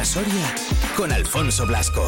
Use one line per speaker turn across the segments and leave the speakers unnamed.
Mañana Soria con Alfonso Blasco.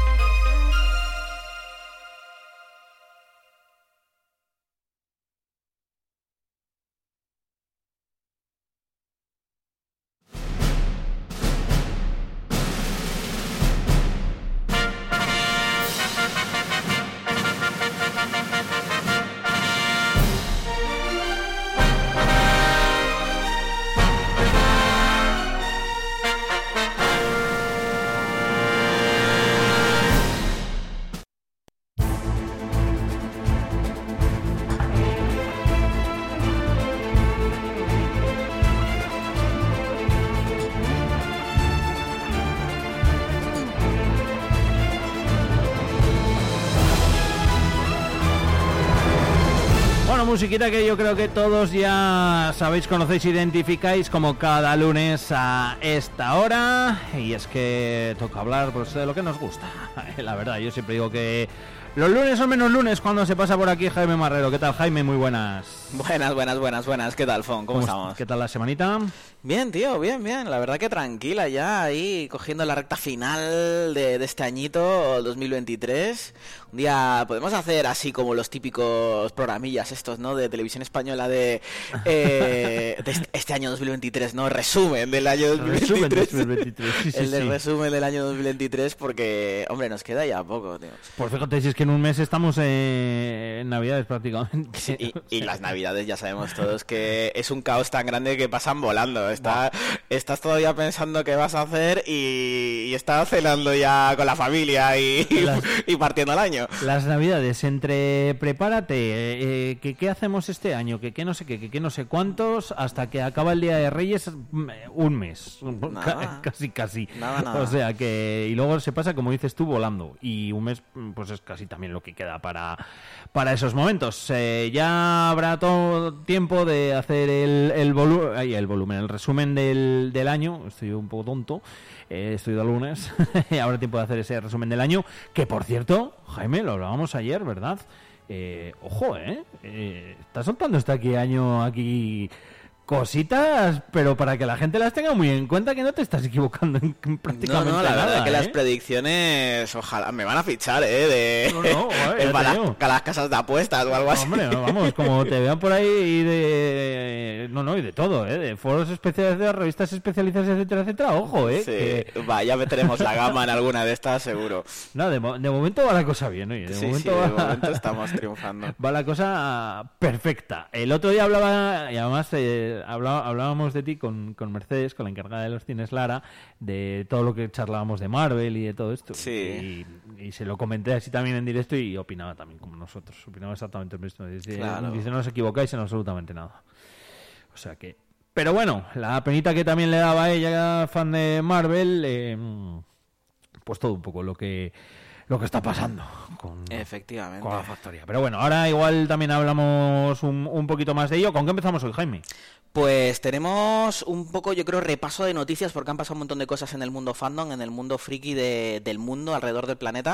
Musiquita que yo creo que todos ya sabéis, conocéis, identificáis como cada lunes a esta hora, y es que toca hablar pues, de lo que nos gusta. La verdad, yo siempre digo que los lunes son menos lunes cuando se pasa por aquí Jaime Marrero. ¿Qué tal, Jaime? Muy buenas.
Buenas. ¿Qué tal, Fon? ¿Cómo estamos?
¿Qué tal la semanita?
Bien, tío, bien. La verdad que tranquila ya, ahí cogiendo la recta final de este añito 2023. Un día podemos hacer así como los típicos programillas estos, ¿no? De televisión española de este año 2023, ¿no? Resumen del año 2023. Resumen del año 2023 porque, hombre, nos queda ya poco, tío.
Pues fíjate, si es que en un mes estamos en Navidades prácticamente.
Sí, y las Navidades ya sabemos todos que es un caos tan grande que pasan volando. Estás todavía pensando qué vas a hacer y estás cenando ya con la familia y partiendo el año.
Las Navidades, entre prepárate, ¿qué hacemos este año? Que no sé qué, que no sé cuántos, hasta que acaba el Día de Reyes, un mes. Casi.
Nada.
O sea que, y luego se pasa, como dices tú, volando. Y un mes, pues es casi también lo que queda para esos momentos. Ya habrá todo tiempo de hacer el volumen, el resumen del año. Estoy un poco tonto, estoy de lunes. Habrá tiempo de hacer ese resumen del año, que por cierto, Jaime, lo hablábamos ayer, ¿verdad? Ojo, está soltando este año aquí cositas, pero para que la gente las tenga muy en cuenta, que no te estás equivocando en prácticamente nada.
No, la verdad es que las predicciones, ojalá, me van a fichar, para las casas de apuestas o algo así.
Hombre, vamos, como te vean por ahí y de todo, de foros especializados, revistas especializadas, etcétera, ojo,
Sí,
que...
ya meteremos la gama en alguna de estas, seguro.
No, de momento va la cosa bien, oye,
de momento estamos triunfando.
Va la cosa perfecta. El otro día hablaba, y además hablábamos de ti con Mercedes, con la encargada de los cines Lara, de todo lo que charlábamos de Marvel y de todo esto.
Sí.
Y se lo comenté así también en directo y opinaba también como nosotros. Opinaba exactamente lo mismo. Dice, no os equivocáis en absolutamente nada. O sea que... Pero bueno, la penita que también le daba a ella, fan de Marvel, pues todo un poco lo que está pasando
efectivamente
con la factoría. Pero bueno, ahora igual también hablamos un poquito más de ello. ¿Con qué empezamos hoy, Jaime?
Pues tenemos un poco, yo creo, repaso de noticias, porque han pasado un montón de cosas en el mundo fandom, en el mundo friki del mundo, alrededor del planeta,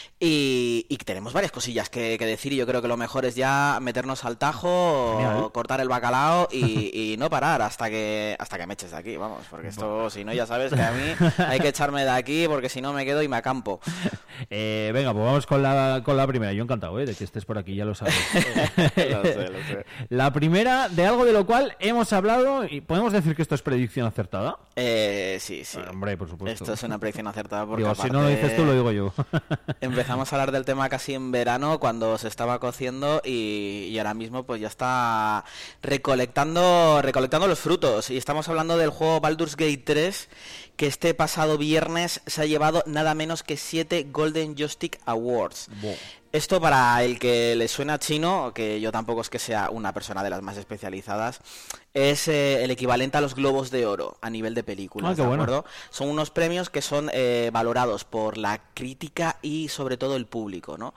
y tenemos varias cosillas que decir, y yo creo que lo mejor es ya meternos al tajo, genial, cortar el bacalao y no parar hasta que me eches de aquí, vamos, porque esto, si no, ya sabes que a mí hay que echarme de aquí, porque si no me quedo y me acampo.
Venga, pues vamos con la primera. Yo encantado de que estés por aquí, ya lo sabes.
Lo sé.
La primera, de algo de lo cual hemos hablado, y podemos decir que esto es predicción acertada.
Sí.
Hombre, por supuesto.
Esto es una predicción acertada porque
digo, si no lo dices tú, lo digo yo.
Empezamos a hablar del tema casi en verano, cuando se estaba cociendo, y ahora mismo pues ya está recolectando los frutos. Y estamos hablando del juego Baldur's Gate 3, que este pasado viernes se ha llevado nada menos que 7 Golden Joystick Awards. Wow. Esto, para el que le suena chino, que yo tampoco es que sea una persona de las más especializadas, es el equivalente a los Globos de Oro a nivel de películas, ¿de acuerdo? Son unos premios que son valorados por la crítica y sobre todo el público, ¿no?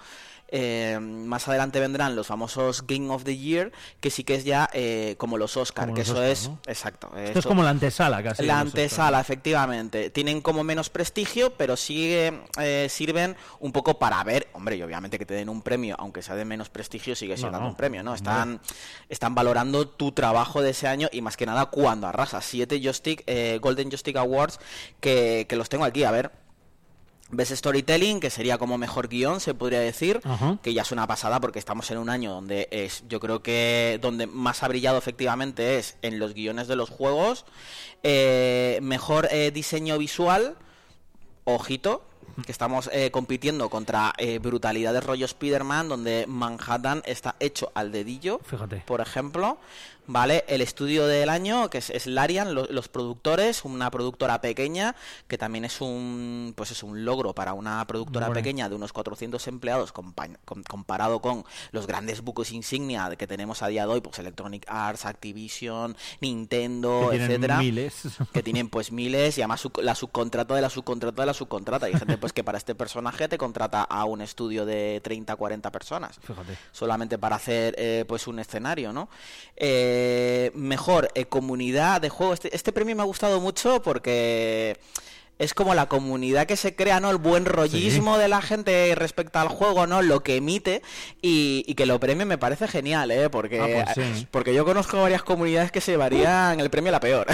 Más adelante vendrán los famosos Game of the Year, que sí que es ya como los Oscar, como que los eso Oscar, es, ¿no? Exacto.
Esto es como la antesala casi.
La antesala, efectivamente. Tienen como menos prestigio, pero sí sirven un poco para ver, hombre, y obviamente que te den un premio, aunque sea de menos prestigio, sigue siendo un premio, ¿no? Están valorando tu trabajo de ese año y más que nada cuando arrasas. 7 Golden Joystick Awards que los tengo aquí, a ver. Best Storytelling, que sería como mejor guión, se podría decir, que ya es una pasada porque estamos en un año donde yo creo que donde más ha brillado efectivamente es en los guiones de los juegos. Mejor diseño visual, ojito, que estamos compitiendo contra brutalidades rollo Spider-Man, donde Manhattan está hecho al dedillo,
fíjate,
por ejemplo. Vale, el estudio del año, que es Larian, los productores, una productora pequeña, que también es un logro para una productora pequeña de unos 400 empleados comparado con los grandes buques insignia que tenemos a día de hoy, pues Electronic Arts, Activision, Nintendo,
que
etcétera,
miles.
que tienen pues miles, y además la subcontrata de la subcontrata de la subcontrata. Hay gente pues que para este personaje te contrata a un estudio de 30, 40 personas.
Fíjate.
Solamente para hacer pues un escenario, ¿no? Mejor comunidad de juego. Este premio me ha gustado mucho porque es como la comunidad que se crea, ¿no? El buen rollismo de la gente respecto al juego, ¿no? Lo que emite y que lo premie me parece genial, ¿eh? Porque, porque yo conozco varias comunidades que se llevarían el premio a la peor.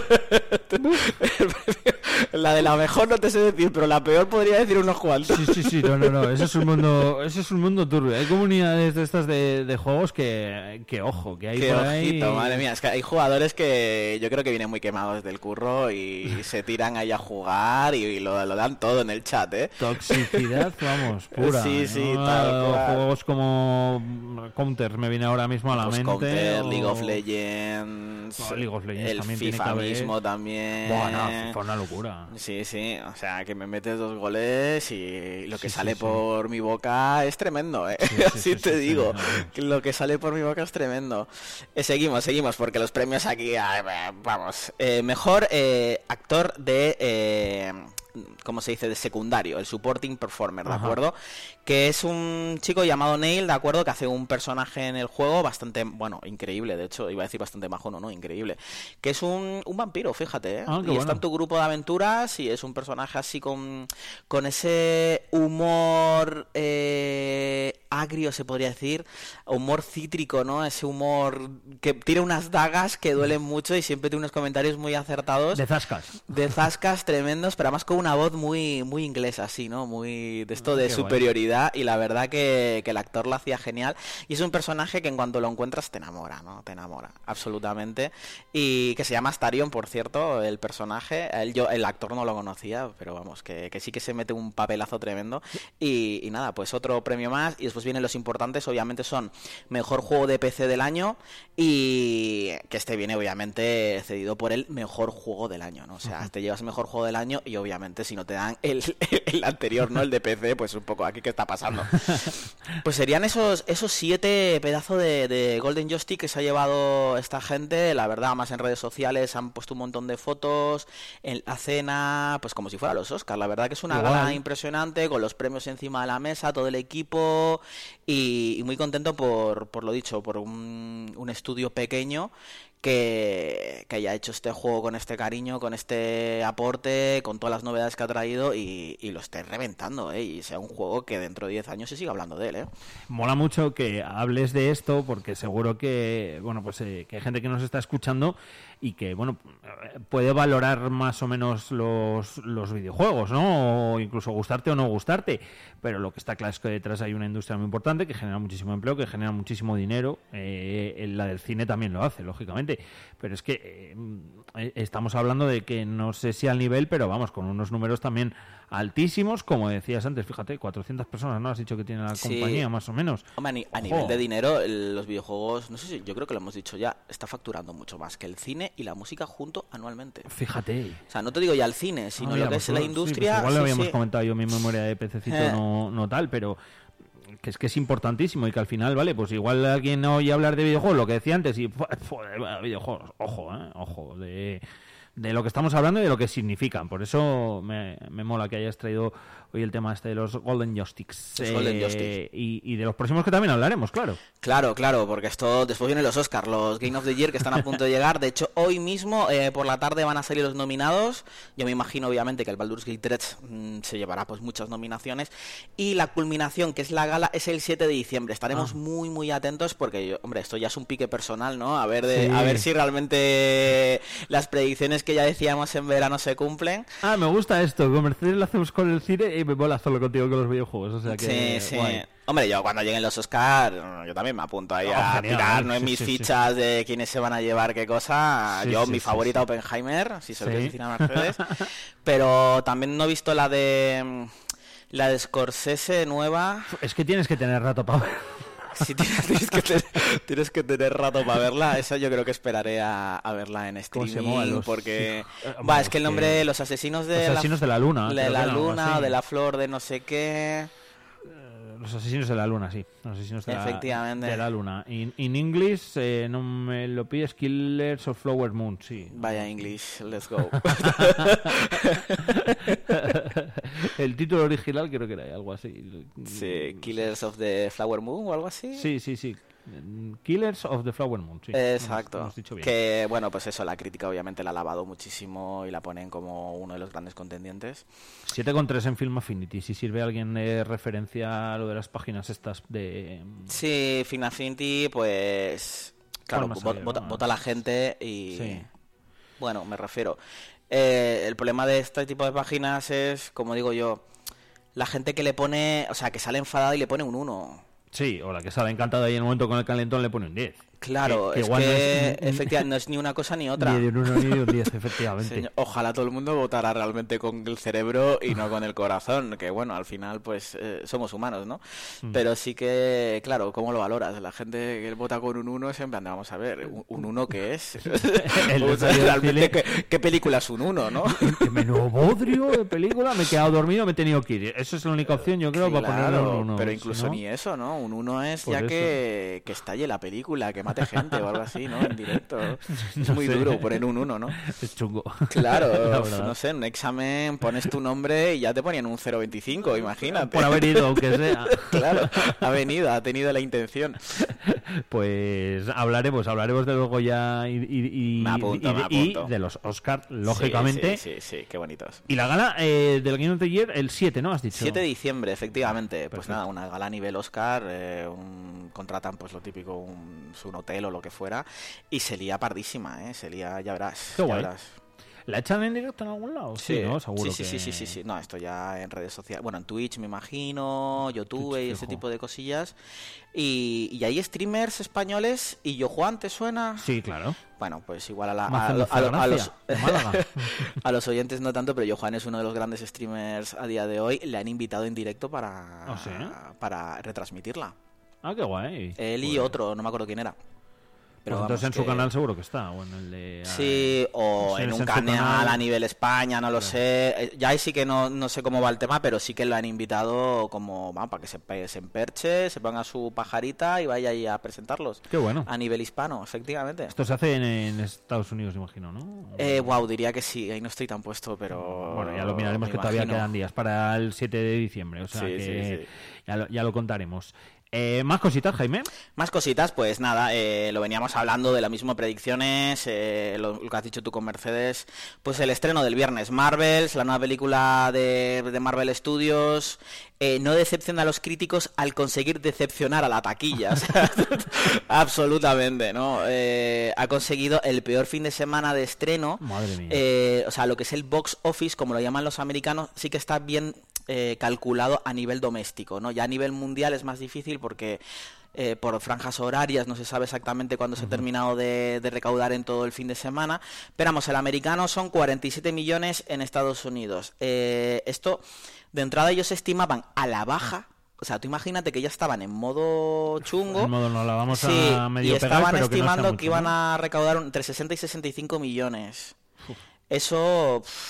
La de la mejor no te sé decir, pero la peor podría decir unos cuantos.
Sí, no, eso es un mundo turbio. Hay comunidades de estas de juegos que ojo, que hay
qué
por
ojito,
ahí.
Madre mía, es que hay jugadores que yo creo que vienen muy quemados del curro y se tiran ahí a jugar y lo dan todo en el chat, ¿eh?
Toxicidad, vamos, pura.
Sí,
¿no?
tal cual.
Juegos como Counter me viene ahora mismo a la mente.
Counter, League of Legends,
League of Legends
el
también
FIFA mismo también.
Bueno, fue una locura.
Sí, o sea, que me metes 2 goles y lo que sale por mi boca es tremendo, ¿eh? Así te digo, que lo que sale por mi boca es tremendo. Seguimos, porque los premios aquí, vamos. Mejor actor de... ¿cómo se dice? De secundario, el supporting performer, ¿de acuerdo? Que es un chico llamado Neil, ¿de acuerdo? Que hace un personaje en el juego bastante, bueno, increíble, de hecho, iba a decir bastante majo, no, increíble. Que es un vampiro, fíjate, ¿eh? Y está en tu grupo de aventuras y es un personaje así con ese humor agrio, se podría decir, humor cítrico, ¿no? Ese humor que tira unas dagas que duelen mucho y siempre tiene unos comentarios muy acertados. De zascas tremendos, pero además con una voz muy muy inglesa, así, ¿no? Muy de esto de superioridad, y la verdad que el actor lo hacía genial y es un personaje que en cuanto lo encuentras te enamora, ¿no? Te enamora, absolutamente. Y que se llama Astarion, por cierto, el personaje. El actor no lo conocía, pero vamos, que sí que se mete un papelazo tremendo. Y nada, pues otro premio más. Y después vienen los importantes, obviamente son mejor juego de PC del año, y que este viene obviamente cedido por el mejor juego del año, ¿no? O sea, te llevas mejor juego del año y obviamente si no te dan el anterior, ¿no? El de PC, pues un poco aquí, ¿qué está pasando? Pues serían esos 7 pedazos de Golden Joystick que se ha llevado esta gente. La verdad, más en redes sociales han puesto un montón de fotos en la cena, pues como si fuera los Oscars. La verdad que es una gala impresionante, con los premios encima de la mesa, todo el equipo, y muy contento por lo dicho, por un estudio pequeño que haya hecho este juego con este cariño, con este aporte, con todas las novedades que ha traído, y lo esté reventando, y sea un juego que dentro de 10 años se siga hablando de él,
Mola mucho que hables de esto porque seguro que, bueno, pues que hay gente que nos está escuchando y que, bueno, puede valorar más o menos los videojuegos, ¿no? O incluso gustarte o no gustarte, pero lo que está claro es que detrás hay una industria muy importante que genera muchísimo empleo, que genera muchísimo dinero. La del cine también lo hace, lógicamente, pero es que estamos hablando de que no sé si al nivel, pero vamos, con unos números también altísimos, como decías antes, fíjate, 400 personas, ¿no? Has dicho que tiene la compañía, más o menos.
Hombre, a nivel de dinero, los videojuegos, no sé si, yo creo que lo hemos dicho ya, está facturando mucho más que el cine y la música junto anualmente.
Fíjate.
O sea, no te digo ya el cine, sino lo que es la industria.
Pues igual lo habíamos comentado yo, mi memoria de pececito no tal, pero que es importantísimo y que al final, vale, pues igual alguien oye hablar de videojuegos, lo que decía antes, y videojuegos, ojo, de lo que estamos hablando y de lo que significan. Por eso me mola que hayas traído hoy el tema este de los Golden Joysticks.
Golden Joysticks.
Y de los próximos que también hablaremos, claro.
Claro, porque esto después vienen los Oscars, los Game of the Year que están a punto de llegar. De hecho, hoy mismo por la tarde van a salir los nominados. Yo me imagino obviamente que el Baldur's Gate 3 se llevará pues muchas nominaciones, y la culminación, que es la gala, es el 7 de diciembre. Estaremos muy atentos porque hombre, esto ya es un pique personal, ¿no? A ver si realmente las predicciones que ya decíamos en verano se cumplen.
Me gusta esto, con Mercedes lo hacemos con el cine y me mola hacerlo contigo con los videojuegos, o sea que
sí.
guay.
Hombre, yo cuando lleguen los Oscars, yo también me apunto ahí a
genial,
tirar, ¿no? En
sí,
mis
sí,
fichas de quiénes se van a llevar qué cosa. Mi favorita Oppenheimer, si se lo quiere decir a Mercedes. Pero también no he visto la de Scorsese nueva.
Es que tienes que tener rato para ver.
Sí, tienes que tener rato para verla. Esa yo creo que esperaré a verla en streaming, porque es que el nombre, los asesinos de
la luna,
de la luna o de la flor de no sé qué.
Los asesinos de la luna, sí. Los asesinos de la luna. In English, no me lo pides, Killers of Flower Moon, sí.
Vaya English, let's go.
El título original creo que era algo así.
Sí, Killers of the Flower Moon o algo así.
Sí. Killers of the Flower Moon, sí.
Exacto.
Hemos dicho bien.
Que, bueno, pues eso, la crítica obviamente la ha alabado muchísimo y la ponen como uno de los grandes contendientes.
7,3 en Film Affinity, si sirve alguien de referencia a lo de las páginas estas de...
Sí, Film Affinity, pues... Claro, vota la gente y...
Sí.
Bueno, me refiero... el problema de este tipo de páginas es, como digo yo, la gente que le pone... O sea, que sale enfadada y le pone un 1.
Sí, o la que sale encantada y en el momento con el calentón le pone un 10.
Claro,
que
efectivamente no es ni una cosa ni otra.
Ni de un 1 ni de un 10, efectivamente.
Señor, ojalá todo el mundo votara realmente con el cerebro y no con el corazón, que bueno, al final pues somos humanos, ¿no? Pero sí que, claro, ¿cómo lo valoras? La gente que vota con un 1 es en plan de, vamos a ver, ¿un 1 qué es? Realmente, ¿qué película es un 1, no?
Menudo bodrio de película, me he quedado dormido, me he tenido que ir. Eso es la única opción, yo creo, para ponerle un 1.
Pero incluso ni eso, ¿no? Un 1 es por ya que estalle la película, que mate gente o algo así, ¿no? En directo. Es muy duro poner un 1, ¿no?
Es chungo.
Claro, no sé, en un examen pones tu nombre y ya te ponían un 0,25, imagínate.
Por haber ido, aunque sea.
Claro, ha tenido la intención.
Pues hablaremos de luego ya y de los Oscars, lógicamente.
Sí, qué bonitos.
Y la gala del Game of the Year, el 7, ¿no? Has dicho.
7 de diciembre, efectivamente. Perfecto. Pues nada, una gala a nivel Oscar, contratan pues lo típico, un hotel o lo que fuera, y se lía pardísima, se lía, ya verás.
Qué guay. ¿La echan en directo en algún lado?
Sí,
¿no? Seguro
sí. No, esto ya en redes sociales, bueno, en Twitch me imagino, YouTube Twitch, y ese tipo de cosillas. Y hay streamers españoles, y Yo Juan, ¿te suena?
Sí, claro.
Bueno, pues igual a los oyentes no tanto, pero Yo Juan es uno de los grandes streamers a día de hoy. Le han invitado en directo para retransmitirla.
Ah, qué guay.
Él y otro, no me acuerdo quién era.
Pero pues entonces en su canal seguro que está, o en el de...
Sí, o en un canal a nivel España, no lo sé. Ya ahí sí que no sé cómo va el tema, pero sí que lo han invitado como para que se emperche, se ponga su pajarita y vaya ahí a presentarlos.
Qué bueno.
A nivel hispano, efectivamente.
Esto se hace en Estados Unidos, imagino, ¿no?
Diría que sí, ahí no estoy tan puesto, pero...
Bueno, ya lo miraremos, que todavía quedan días para el 7 de diciembre, o sea
sí.
Ya lo contaremos. ¿Más cositas, Jaime?
Más cositas, pues nada, lo veníamos hablando de las mismas predicciones, lo que has dicho tú con Mercedes, pues el estreno del viernes, Marvels, la nueva película de Marvel Studios, no decepciona a los críticos al conseguir decepcionar a la taquilla, o sea, absolutamente, ¿no? Ha conseguido el peor fin de semana de estreno.
Madre mía.
O sea, lo que es el box office, como lo llaman los americanos, sí que está bien calculado a nivel doméstico, ¿no? Ya a nivel mundial es más difícil porque por franjas horarias no se sabe exactamente cuándo se ha terminado de recaudar en todo el fin de semana, pero vamos, el americano son 47 millones en Estados Unidos. Esto, de entrada ellos estimaban a la baja. O sea, tú imagínate que ya estaban en modo chungo.
En modo no la vamos a medio
y
pegar,
estaban
pero
estimando
que no sea mucho,
iban a recaudar entre 60 y 65 millones. Eso...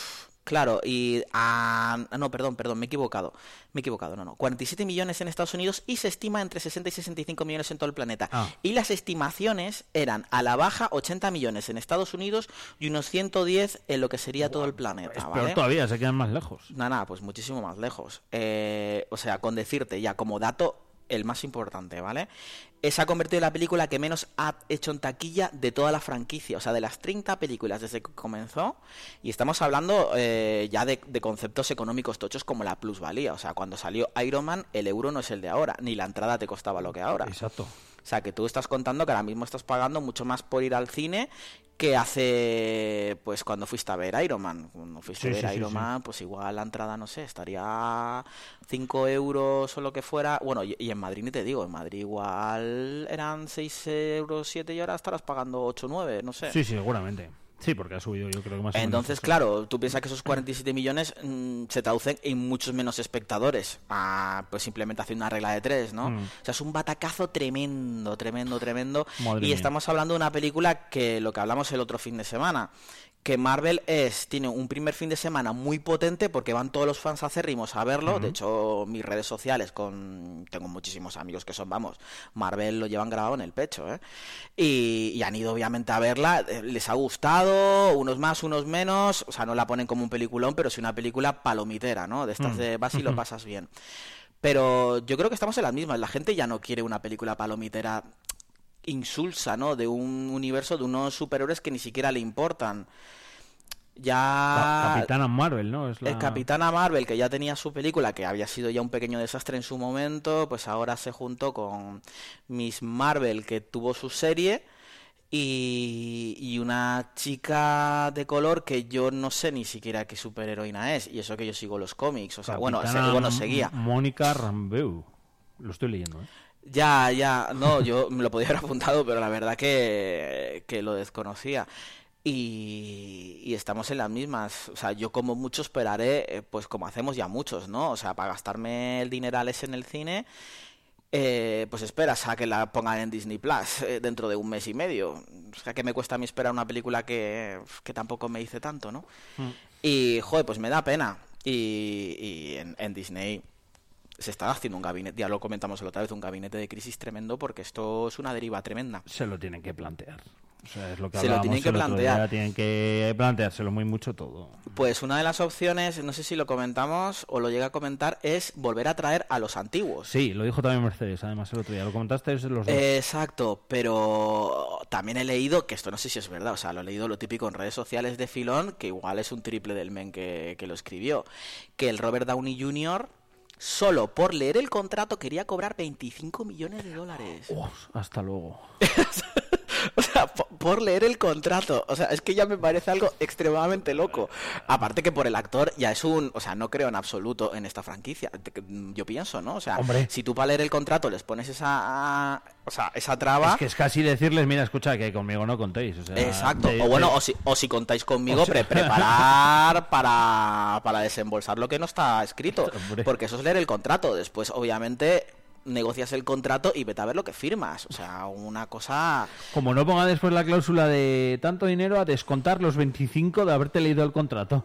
Claro, no, perdón, me he equivocado, no, 47 millones en Estados Unidos y se estima entre 60 y 65 millones en todo el planeta. Y las estimaciones eran a la baja 80 millones en Estados Unidos y unos 110 en lo que sería todo el planeta,
Es
¿vale?
peor todavía, se quedan más lejos.
Nada, pues muchísimo más lejos. O sea, con decirte ya como dato el más importante, ¿vale? Se ha convertido en la película que menos ha hecho en taquilla de toda la franquicia, o sea, de las 30 películas desde que comenzó, y estamos hablando ya de conceptos económicos tochos como la plusvalía, o sea, cuando salió Iron Man, el euro no es el de ahora, ni la entrada te costaba lo que ahora.
Exacto.
O sea, que tú estás contando que ahora mismo estás pagando mucho más por ir al cine que hace, pues, cuando fuiste a ver Iron Man. Cuando fuiste a ver Iron Man, pues igual la entrada, no sé, estaría 5 euros o lo que fuera. Bueno, y en Madrid ni te digo, en Madrid igual eran 6 euros, 7 y ahora estarás pagando 8, 9, no sé.
Sí, seguramente. Sí, porque ha subido, yo creo que más o menos.
Entonces, claro, tú piensas que esos 47 millones se traducen en muchos menos espectadores. Pues simplemente haciendo una regla de 3, ¿no? O sea, es un batacazo tremendo.
Madre
Y
mía.
estamos hablando de una película que lo que hablamos el otro fin de semana, que Marvel tiene un primer fin de semana muy potente porque van todos los fans acérrimos a verlo. De hecho, mis redes sociales, tengo muchísimos amigos que son, Marvel lo llevan grabado en el pecho, ¿eh? Y han ido obviamente a verla, les ha gustado, unos más, unos menos, o sea, no la ponen como un peliculón, pero sí una película palomitera, ¿no? De estas de vas y lo pasas bien. Pero yo creo que estamos en las mismas, la gente ya no quiere una película palomitera insulsa, ¿no? De un universo de unos superhéroes que ni siquiera le importan.
La Capitana Marvel, ¿no?
El Capitana Marvel, que ya tenía su película, que había sido ya un pequeño desastre en su momento, pues ahora se juntó con Miss Marvel, que tuvo su serie, y una chica de color que yo no sé ni siquiera qué superheroína es, y eso que yo sigo los cómics, o sea, seguía.
Mónica Rambeau, lo estoy leyendo, ¿eh?
Ya, no, yo me lo podía haber apuntado, pero la verdad que lo desconocía. Y estamos en las mismas, o sea, yo como mucho esperaré, pues como hacemos ya muchos, ¿no? O sea, para gastarme el dineral ese en el cine, pues esperas a que la pongan en Disney Plus dentro de un mes y medio. O sea, que me cuesta a mí esperar una película que tampoco me dice tanto, ¿no? Y, joder, pues me da pena. Y en Disney se está haciendo un gabinete, ya lo comentamos la otra vez, un gabinete de crisis tremendo, porque esto es una deriva tremenda.
Se lo tienen que plantear. O sea, es lo que
se lo tienen que plantear.
Tienen que planteárselo muy mucho todo.
Pues una de las opciones, no sé si lo comentamos o lo llega a comentar, es volver a traer a los antiguos.
Sí, lo dijo también Mercedes, además el otro día. Lo comentaste los dos.
Exacto, pero también he leído, que esto no sé si es verdad, o sea, lo he leído lo típico en redes sociales de filón, que igual es un triple del men que lo escribió, que el Robert Downey Jr., solo por leer el contrato quería cobrar $25 millones.
Hasta luego.
O sea, por leer el contrato. O sea, es que ya me parece algo extremadamente loco. Aparte que por el actor ya es o sea, no creo en absoluto en esta franquicia. Yo pienso, ¿no? O sea,
hombre,
si tú para leer el contrato les pones esa traba...
Es que es casi decirles, mira, escucha, que conmigo no contéis. O sea,
exacto. O si contáis conmigo, preparar para desembolsar lo que no está escrito.
Hombre.
Porque eso es leer el contrato. Después, obviamente, negocias el contrato y vete a ver lo que firmas. O sea, una cosa...
Como no ponga después la cláusula de tanto dinero a descontar los 25 de haberte leído el contrato.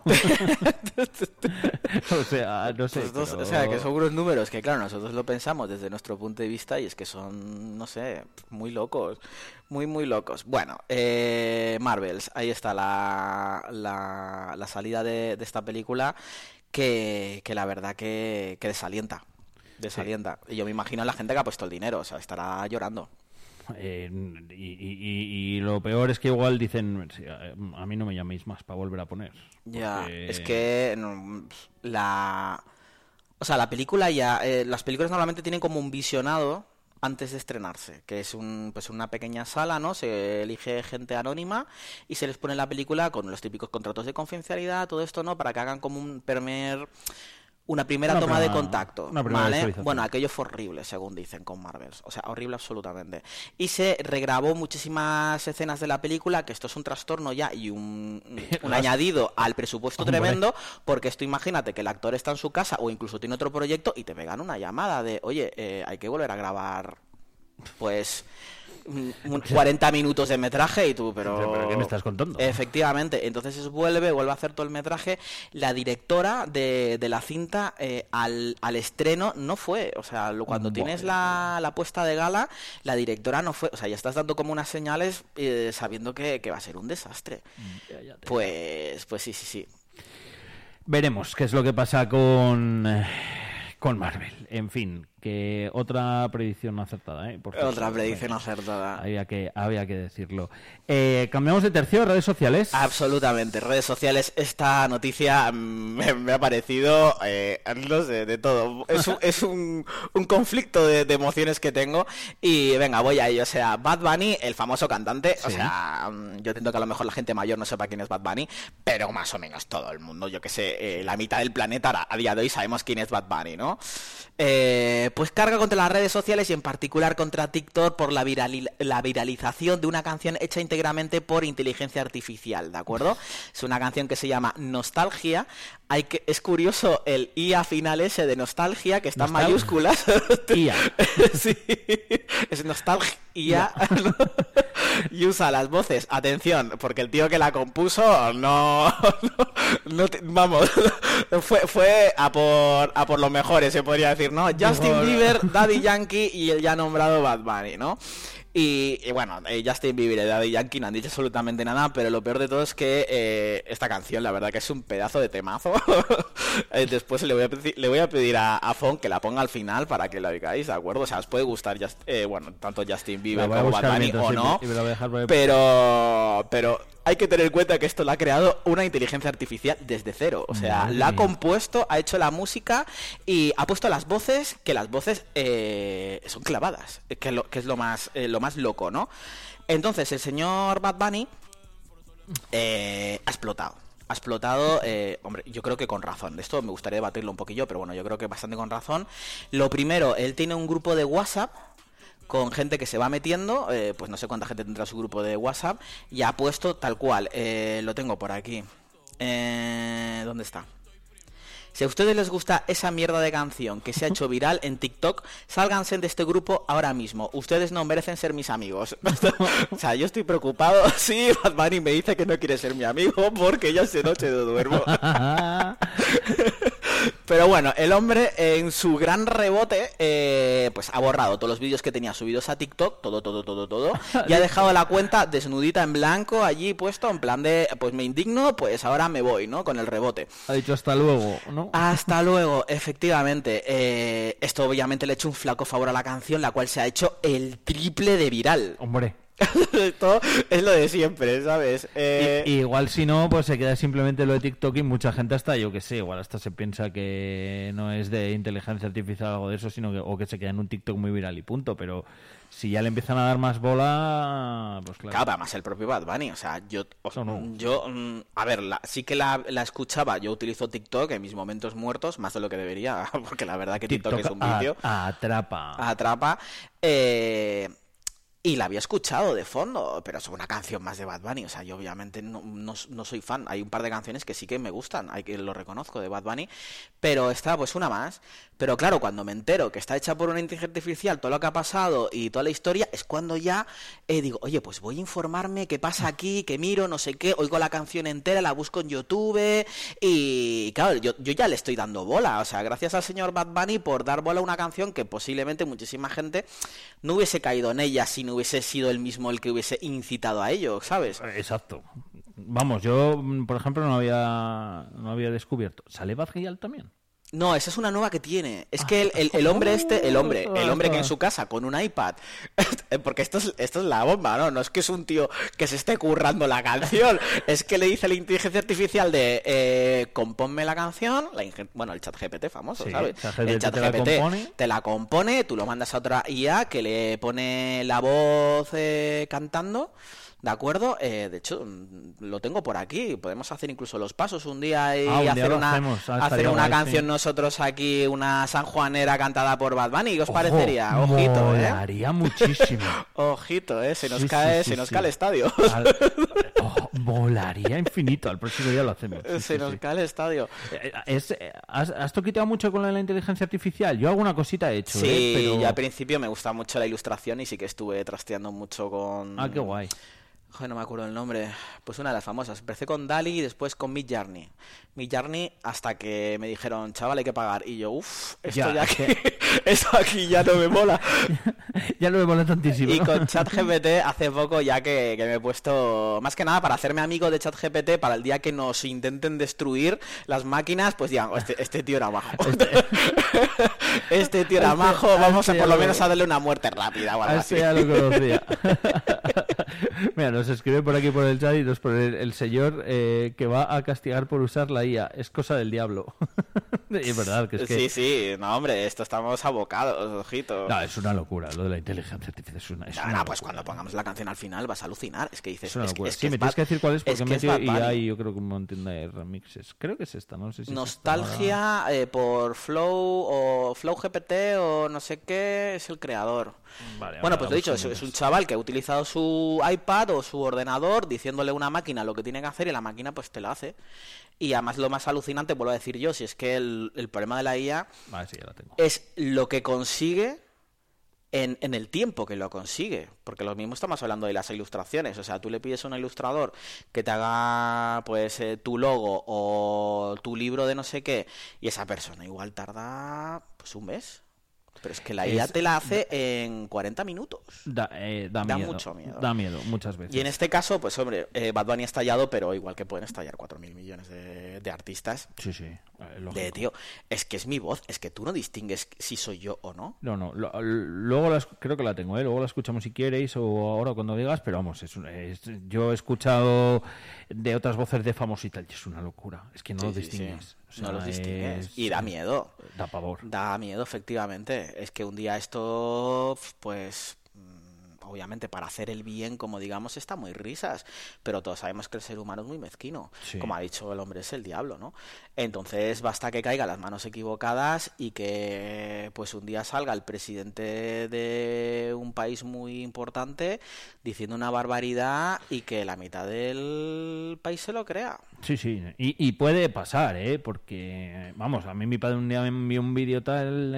O sea, no sé.
Pues
pero...
O sea, que son unos números que, claro, nosotros lo pensamos desde nuestro punto de vista y es que son, no sé, muy locos. Muy locos. Bueno, Marvels, ahí está la salida de esta película que la verdad que desalienta. Y yo me imagino a la gente que ha puesto el dinero, o sea, estará llorando.
Y lo peor es que igual dicen, a mí no me llaméis más para volver a poner.
Ya, es que la película ya... las películas normalmente tienen como un visionado antes de estrenarse, que es pues una pequeña sala, ¿no? Se elige gente anónima y se les pone la película con los típicos contratos de confidencialidad, todo esto, ¿no? Para que hagan como una primera toma de contacto, ¿vale? Bueno, aquello fue horrible, según dicen, con Marvels. O sea, horrible absolutamente. Y se regrabó muchísimas escenas de la película, que esto es un trastorno ya y un añadido al presupuesto tremendo, porque esto imagínate que el actor está en su casa o incluso tiene otro proyecto y te pegan una llamada de, oye, hay que volver a grabar, pues 40 minutos de metraje y tú,
¿Pero qué me estás contando?
Efectivamente, entonces vuelve a hacer todo el metraje. La directora de la cinta al estreno no fue, o sea, cuando tienes la puesta de gala, la directora no fue, o sea, ya estás dando como unas señales sabiendo que va a ser un desastre. Pues sí.
Veremos qué es lo que pasa con Marvel. En fin, que otra predicción acertada, ¿eh? Por
otra predicción acertada.
Había que decirlo. Cambiamos de tercio, redes sociales.
Absolutamente, redes sociales. Esta noticia me ha parecido, no sé, de todo. Es un conflicto de emociones que tengo. Y venga, voy a ello. O sea, Bad Bunny, el famoso cantante. Sí. O sea, yo entiendo que a lo mejor la gente mayor no sepa quién es Bad Bunny, pero más o menos todo el mundo, yo que sé, la mitad del planeta a día de hoy sabemos quién es Bad Bunny, ¿no? Pues carga contra las redes sociales y en particular contra TikTok por la viralización de una canción hecha íntegramente por inteligencia artificial, ¿de acuerdo? Es una canción que se llama Nostalgia. Es curioso el IA final ese de nostalgia, que está en mayúsculas.
IA.
Sí, es nostalgia. Y usa las voces, atención, porque el tío que la compuso vamos, fue a por los mejores, se podría decir, ¿no? Justin Bieber, Daddy Yankee y el ya nombrado Bad Bunny, ¿no? Y bueno, Justin Bieber y Daddy Yankee no han dicho absolutamente nada, pero lo peor de todo es que esta canción, la verdad que es un pedazo de temazo. Después le voy a pedir a Fon que la ponga al final para que la oigáis, ¿de acuerdo? O sea, os puede gustar tanto Justin Bieber como Bad Bunny o no, pero hay que tener en cuenta que esto lo ha creado una inteligencia artificial desde cero. O sea, la ha compuesto, ha hecho la música y ha puesto las voces, que las voces son clavadas, que es lo más loco, ¿no? Entonces, el señor Bad Bunny ha explotado. Hombre, yo creo que con razón. De esto me gustaría debatirlo un poquillo, pero bueno, yo creo que bastante con razón. Lo primero, él tiene un grupo de WhatsApp con gente que se va metiendo, pues no sé cuánta gente tendrá su grupo de WhatsApp, y ha puesto tal cual, lo tengo por aquí. ¿Dónde está? Si a ustedes les gusta esa mierda de canción que se ha hecho viral en TikTok, sálganse de este grupo ahora mismo. Ustedes no merecen ser mis amigos. O sea, yo estoy preocupado. Sí, Bad Bunny me dice que no quiere ser mi amigo porque ya esta noche no duermo. Pero bueno, el hombre en su gran rebote pues ha borrado todos los vídeos que tenía subidos a TikTok, todo, y ha dejado la cuenta desnudita en blanco allí puesto en plan de, pues me indigno, pues ahora me voy, ¿no? Con el rebote.
Ha dicho hasta luego, ¿no?
Hasta luego, efectivamente. Esto obviamente le ha hecho un flaco favor a la canción, la cual se ha hecho el triple de viral.
Hombre.
Esto es lo de siempre, ¿sabes?
Igual si no, pues se queda simplemente lo de TikTok y mucha gente hasta, yo que sé, igual hasta se piensa que no es de inteligencia artificial o algo de eso, sino que se queda en un TikTok muy viral y punto, pero si ya le empiezan a dar más bola, pues claro.
Claro, además el propio Bad Bunny, o sea, a ver, sí que la escuchaba, yo utilizo TikTok en mis momentos muertos, más de lo que debería, porque la verdad que TikTok es un vídeo. Atrapa. Y la había escuchado de fondo, pero es una canción más de Bad Bunny. O sea, yo obviamente no soy fan. Hay un par de canciones que sí que me gustan, lo reconozco, de Bad Bunny, pero esta pues una más. Pero claro, cuando me entero que está hecha por una inteligencia artificial, todo lo que ha pasado y toda la historia, es cuando ya digo, oye, pues voy a informarme qué pasa aquí, que miro, no sé qué, oigo la canción entera, la busco en YouTube y claro, yo ya le estoy dando bola. O sea, gracias al señor Bad Bunny por dar bola a una canción que posiblemente muchísima gente no hubiese caído en ella si no hubiese sido él mismo el que hubiese incitado a ello, ¿sabes?
Exacto. Vamos, yo, por ejemplo, no había descubierto. ¿Sale Bad Gyal también?
No, esa es una nueva que tiene. Es que el hombre que en su casa con un iPad, porque esto es la bomba, ¿no? No es que es un tío que se esté currando la canción, es que le dice a la inteligencia artificial de compónme la canción, el chat GPT famoso, sí, ¿sabes? El chat GPT te la compone, tú lo mandas a otra IA que le pone la voz cantando. ¿De acuerdo? De hecho, lo tengo por aquí. Podemos hacer incluso los pasos un día y
un día
hacer
lo
una,
hacemos.
hacer una
guay,
canción
sí.
nosotros aquí, una sanjuanera cantada por Bad Bunny. ¿Qué os parecería? Ojito,
molaría muchísimo.
Ojito, se nos
Sí,
cae,
sí,
se nos
sí.
cae el estadio.
Molaría infinito. Al próximo día lo hacemos. Sí,
Se nos cae el estadio.
¿Has toqueteado mucho con la inteligencia artificial? Yo alguna cosita he hecho,
Sí,
pero...
yo al principio me gusta mucho la ilustración y sí que estuve trasteando mucho con...
Ah, qué guay.
Joder, no me acuerdo el nombre. Pues una de las famosas. Empecé con DALL-E y después con Midjourney. Midjourney hasta que me dijeron, chaval, hay que pagar. Y yo, esto ya aquí, eso aquí ya no me mola.
Ya no me mola tantísimo.
Y con ChatGPT hace poco ya que me he puesto, más que nada para hacerme amigo de ChatGPT para el día que nos intenten destruir las máquinas, pues digan, este tío era majo. Este tío era majo, vamos a por lo menos a darle una muerte rápida o algo así.
Ya lo conocía. Mira, nos escribe por aquí por el chat y nos pone el señor que va a castigar por usar la IA. Es cosa del diablo. Es verdad que es que...
Sí, no hombre, esto estamos abocados, ojito.
No, es una locura, lo de la inteligencia artificial es una
No, pues cuando pongamos la canción al final vas a alucinar. Es que dices...
Es una locura.
Es
sí,
que
me tienes que decir cuál es porque he metido y
Bunny.
hay yo creo que un montón de remixes. Creo que es esta, no sé si
Nostalgia por Flow o Flow GPT o no sé qué es el creador.
Vale,
Bueno, pues lo he dicho, es un chaval que ha utilizado su iPad o su ordenador diciéndole a una máquina lo que tiene que hacer y la máquina pues te lo hace. Y además lo más alucinante, vuelvo a decir yo, si es que el problema de la IA
Vale, sí, ya la tengo.
es lo que consigue en el tiempo que lo consigue. Porque lo mismo estamos hablando de las ilustraciones. O sea, tú le pides a un ilustrador que te haga pues tu logo o tu libro de no sé qué y esa persona igual tarda pues un mes. Pero es que la IA te la hace en 40 minutos.
Da miedo,
mucho miedo.
Da miedo, muchas veces.
Y en este caso, pues hombre, Bad Bunny ha estallado, pero igual que pueden estallar 4.000 millones de artistas.
Sí,
De tío, es que es mi voz, es que tú no distingues si soy yo o no.
No, luego creo que la tengo, luego la escuchamos si queréis o ahora cuando digas, pero vamos, yo he escuchado de otras voces de famosos y tal, y es una locura, es que no lo distingues.
Sí. O sea, no los distingues. Y da miedo.
Da pavor.
Da miedo, efectivamente. Es que un día esto, pues... obviamente para hacer el bien, como digamos, está muy risas, pero todos sabemos que el ser humano es muy mezquino, como ha dicho el hombre, es el diablo, ¿no? Entonces basta que caiga las manos equivocadas y que pues un día salga el presidente de un país muy importante diciendo una barbaridad y que la mitad del país se lo crea.
Sí, y puede pasar, porque, vamos, a mí mi padre un día me envió un vídeo tal,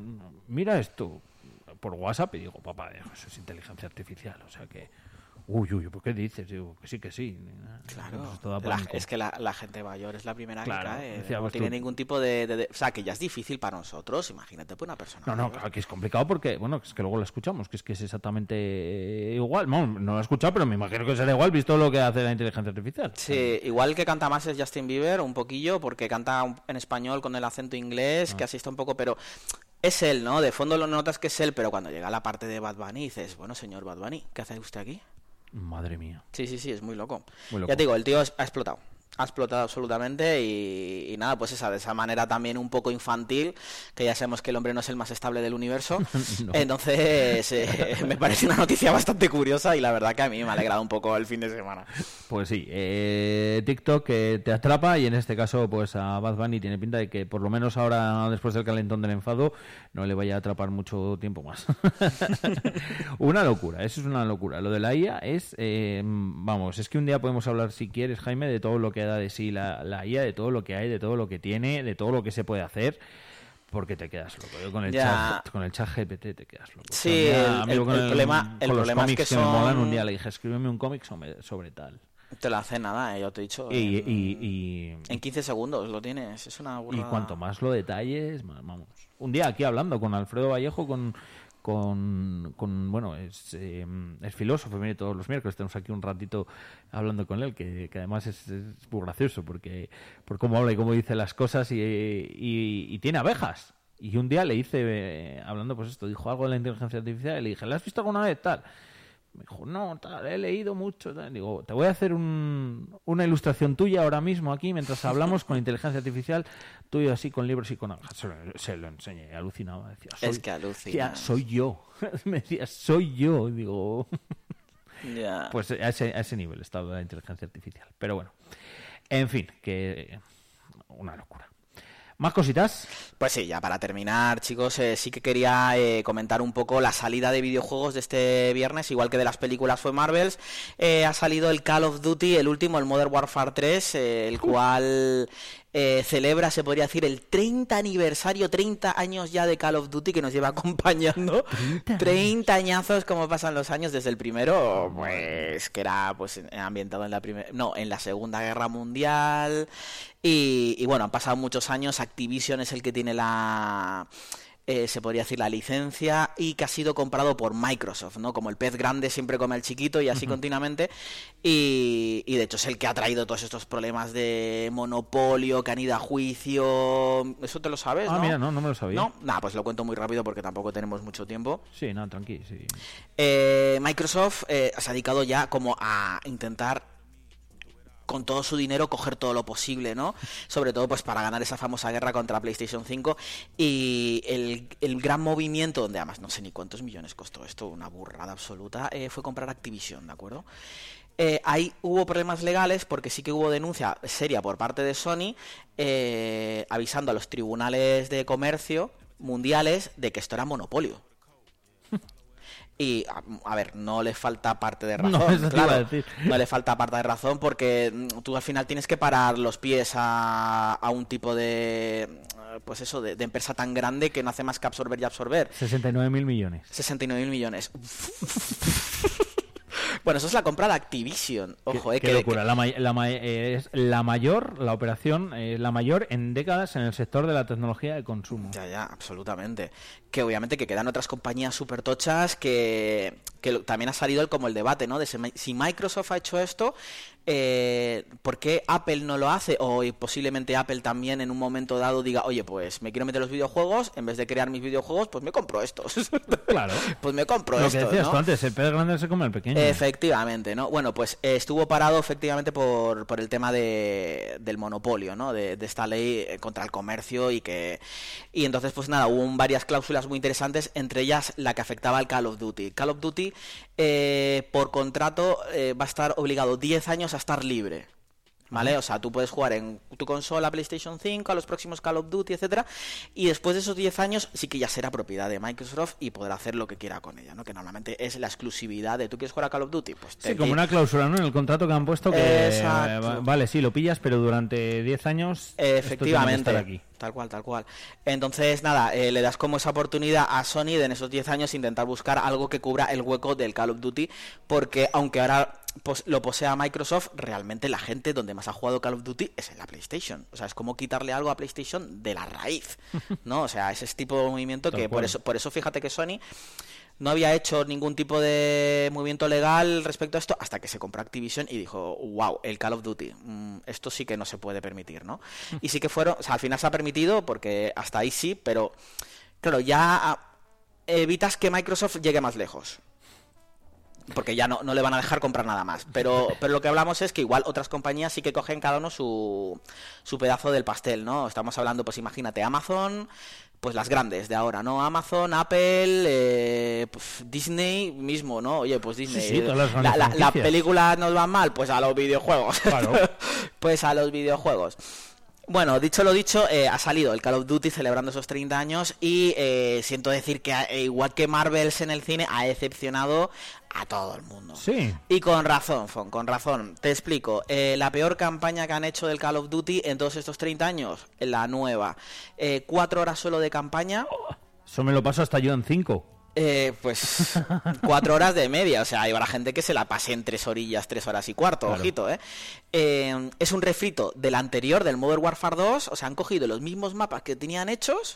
mira esto, por WhatsApp y digo, papá, eso es inteligencia artificial, o sea que uy, ¿por qué dices? Digo, que sí.
Claro,
Pues
es que la gente mayor es la primera que cae,
decíamos
no tiene
tú.
ningún tipo de... O sea, que ya es difícil para nosotros, imagínate por una persona
No,
mayor.
claro que es complicado porque, bueno, es que luego lo escuchamos, que es exactamente igual. No lo he escuchado, pero me imagino que será igual visto lo que hace la inteligencia artificial.
Sí, igual que canta más es Justin Bieber, un poquillo, porque canta en español con el acento inglés, que así está un poco, pero... Es él, ¿no? De fondo lo notas que es él, pero cuando llega la parte de Bad Bunny dices, bueno, señor Bad Bunny, ¿qué hace usted aquí?
Madre mía.
Sí, es muy loco.
Muy loco.
Ya te digo, el tío ha explotado. Ha explotado absolutamente y nada, pues de esa manera también un poco infantil, que ya sabemos que el hombre no es el más estable del universo. No. Entonces, me parece una noticia bastante curiosa y la verdad que a mí me ha alegrado un poco el fin de semana.
Pues sí, TikTok te atrapa y en este caso pues a Bad Bunny tiene pinta de que por lo menos ahora después del calentón del enfado no le vaya a atrapar mucho tiempo más. Una locura, eso es una locura. Lo de la IA es, vamos, es que un día podemos hablar si quieres, Jaime, de todo lo que da de sí la IA, de todo lo que hay, de todo lo que tiene, de todo lo que se puede hacer. Porque te quedas loco. Yo con el chat GPT te quedas loco.
Sí,
o sea,
el problema es que
me molan un día le dije, escríbeme un cómic sobre tal.
Te lo hace nada, yo te he dicho. En 15 segundos lo tienes, es una burrada.
Y cuanto más lo detalles, más, vamos. Un día aquí hablando con Alfredo Vallejo, bueno, es filósofo, viene todos los miércoles, tenemos aquí un ratito hablando con él, que además es muy gracioso por cómo habla y cómo dice las cosas y tiene abejas. Y un día le hice, hablando pues esto, dijo algo de la inteligencia artificial y le dije, ¿la has visto alguna vez tal? Me dijo, no, tal, he leído mucho. Tal. Digo, te voy a hacer una ilustración tuya ahora mismo aquí, mientras hablamos con inteligencia artificial, tuyo así con libros y con abejas. Se lo enseñé, alucinaba. Decía,
es que alucina.
Soy yo. Me decía, soy yo. Digo,
Ya.
Pues a ese nivel está la inteligencia artificial. Pero bueno, en fin, que una locura. ¿Más cositas?
Pues sí, ya para terminar, chicos, sí que quería comentar un poco la salida de videojuegos de este viernes, igual que de las películas fue Marvels. Ha salido el Call of Duty, el último, el Modern Warfare 3, el cual celebra, se podría decir, el 30 aniversario, 30 años ya de Call of Duty que nos lleva acompañando. 30 añazos, como pasan los años desde el primero, pues que era pues ambientado en la Segunda Guerra Mundial. Y bueno, han pasado muchos años. Activision es el que tiene se podría decir la licencia, y que ha sido comprado por Microsoft, ¿no? Como el pez grande siempre come al chiquito y así continuamente, y de hecho es el que ha traído todos estos problemas de monopolio que han ido a juicio. ¿Eso te lo sabes?
Ah,
¿no?
mira, no me lo sabía.
No, nada, pues lo cuento muy rápido porque tampoco tenemos mucho tiempo.
Sí, no, tranqui, sí.
Microsoft se ha dedicado ya como a intentar con todo su dinero coger todo lo posible, ¿no? Sobre todo pues para ganar esa famosa guerra contra PlayStation 5, y el gran movimiento, donde además no sé ni cuántos millones costó esto, una burrada absoluta, fue comprar Activision, ¿de acuerdo? Ahí hubo problemas legales porque sí que hubo denuncia seria por parte de Sony, avisando a los tribunales de comercio mundiales de que esto era monopolio. Y, a ver, no le falta parte de razón,
no, eso te iba a decir.
No le falta parte de razón porque tú al final tienes que parar los pies a un tipo de, pues eso, de empresa tan grande que no hace más que absorber y absorber.
69.000 millones.
69.000 millones. Bueno, eso es la compra de Activision. Ojo,
qué locura. Es la mayor, la operación es la mayor en décadas en el sector de la tecnología de consumo.
Ya, absolutamente. Que obviamente que quedan otras compañías súper tochas que también ha salido como el debate, ¿no? De si Microsoft ha hecho esto, ¿por qué Apple no lo hace? O posiblemente Apple también en un momento dado diga, oye, pues me quiero meter los videojuegos, en vez de crear mis videojuegos, pues me compro estos.
Claro.
Pues me compro
lo
estos,
que decías
¿no?
tú antes, el pez grande se come el pequeño.
Efectivamente, ¿no? Bueno, pues estuvo parado efectivamente por el tema del monopolio, ¿no? De esta ley contra el comercio y entonces pues nada, hubo varias cláusulas muy interesantes, entre ellas la que afectaba al Call of Duty. Call of Duty por contrato va a estar obligado 10 años a estar libre, ¿vale? O sea, tú puedes jugar en tu consola PlayStation 5 a los próximos Call of Duty, etcétera, y después de esos 10 años sí que ya será propiedad de Microsoft y podrá hacer lo que quiera con ella, ¿no? Que normalmente es la exclusividad de ¿tú quieres jugar a Call of Duty? Pues
sí, como una cláusula, ¿no? En el contrato que han puesto que vale, sí, lo pillas, pero durante 10 años
efectivamente,
estar aquí.
Tal cual. Entonces, nada, le das como esa oportunidad a Sony de en esos 10 años intentar buscar algo que cubra el hueco del Call of Duty, porque aunque ahora lo posea Microsoft, realmente la gente donde más ha jugado Call of Duty es en la PlayStation. O sea, es como quitarle algo a PlayStation de la raíz, ¿no? O sea, ese tipo de movimiento que por eso fíjate que Sony no había hecho ningún tipo de movimiento legal respecto a esto hasta que se compró Activision y dijo, wow, el Call of Duty, esto sí que no se puede permitir, ¿no? Y sí que fueron, o sea, al final se ha permitido porque hasta ahí sí, pero claro, ya evitas que Microsoft llegue más lejos. Porque ya no le van a dejar comprar nada más. Pero lo que hablamos es que igual otras compañías sí que cogen cada uno su pedazo del pastel, ¿no? Estamos hablando, pues imagínate, Amazon, pues las grandes de ahora, ¿no? Amazon, Apple, pues Disney mismo, ¿no? Oye, pues Disney,
sí, todas las
la película nos va mal, pues a los videojuegos.
Claro.
Pues a los videojuegos. Bueno, dicho lo dicho, ha salido el Call of Duty celebrando esos 30 años y siento decir que igual que Marvels en el cine ha decepcionado a todo el mundo.
Sí.
Y con razón, Fon, con razón. Te explico. La peor campaña que han hecho del Call of Duty en todos estos 30 años, la nueva. 4 horas solo de campaña.
Eso me lo paso hasta yo en 5.
Pues 4 horas de media, o sea, hay la gente que se la pase en 3 horillas, 3 horas y cuarto, claro. Ojito, es un refrito del anterior, del Modern Warfare 2, o sea, han cogido los mismos mapas que tenían hechos,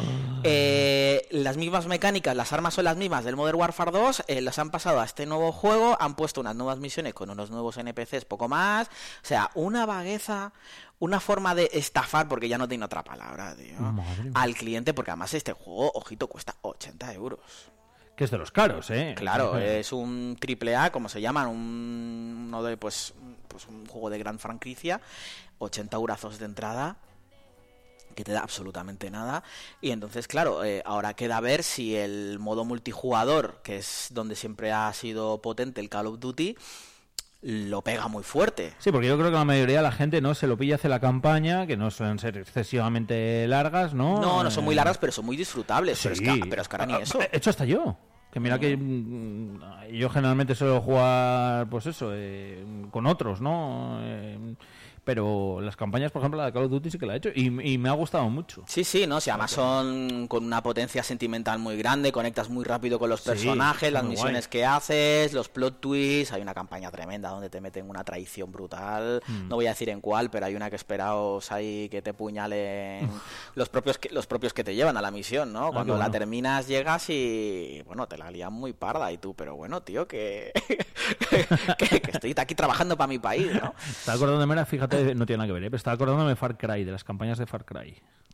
las mismas mecánicas, las armas son las mismas del Modern Warfare 2, las han pasado a este nuevo juego, han puesto unas nuevas misiones con unos nuevos NPCs, poco más, o sea, una vagueza, una forma de estafar, porque ya no tiene otra palabra, tío, al cliente, porque además este juego, ojito, cuesta 80 euros.
Que es de los caros, ¿eh?
Claro, es un AAA, como se llaman, uno de, pues un juego de gran franquicia, 80 eurazos de entrada, que te da absolutamente nada. Y entonces, claro, ahora queda ver si el modo multijugador, que es donde siempre ha sido potente el Call of Duty, lo pega muy fuerte.
Sí, porque yo creo que la mayoría de la gente no se lo pilla, hace la campaña, que no suelen ser excesivamente largas, ¿no?
No son muy largas, pero son muy disfrutables.
Sí.
Pero es que ahora ni eso.
He hecho hasta yo. Que mira que yo generalmente suelo jugar, pues eso, con otros, ¿no? Pero las campañas, por ejemplo, la de Call of Duty sí que la he hecho y me ha gustado mucho.
Sí, no, si además son con una potencia sentimental muy grande, conectas muy rápido con los personajes, las misiones que haces, los plot twists, hay una campaña tremenda donde te meten una traición brutal, no voy a decir en cuál, pero hay una que esperaos ahí que te puñalen los propios que te llevan a la misión, ¿no? Cuando la terminas llegas y, bueno, te la lían muy parda y tú, pero bueno, tío, que estoy aquí trabajando para mi país, ¿no?
Estaba acordándome, fíjate, no tiene nada que ver, pero estaba acordándome de Far Cry, de las campañas de Far Cry.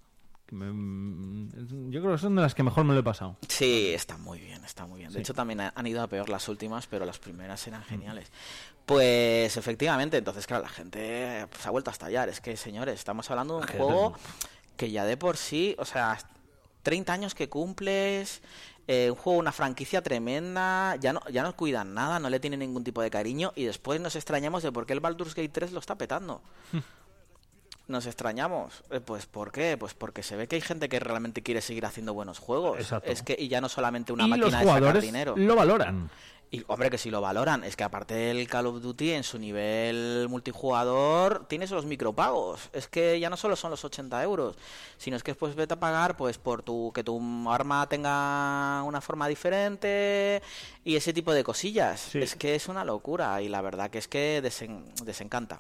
Yo creo que son de las que mejor me lo he pasado.
Sí, está muy bien. De
Sí.
hecho, también han ido a peor las últimas, pero las primeras eran geniales. Pues efectivamente, entonces, claro, la gente se ha vuelto a estallar. Es que, señores, estamos hablando de un juego que ya de por sí, o sea, 30 años que cumples, un juego, una franquicia tremenda, ya no cuidan nada, no le tienen ningún tipo de cariño, y después nos extrañamos de por qué el Baldur's Gate 3 lo está petando. Nos extrañamos. Pues ¿por qué? Pues porque se ve que hay gente que realmente quiere seguir haciendo buenos juegos.
Exacto.
Es que, y ya no solamente una
y
máquina
los
de sacar
jugadores
dinero.
lo valoran.
Y hombre, que si lo valoran, es que aparte el Call of Duty en su nivel multijugador tienes los micropagos. Es que ya no solo son los 80 euros, sino es que después vete a pagar pues por que tu arma tenga una forma diferente y ese tipo de cosillas.
Sí.
Es que es una locura y la verdad que es que desencanta.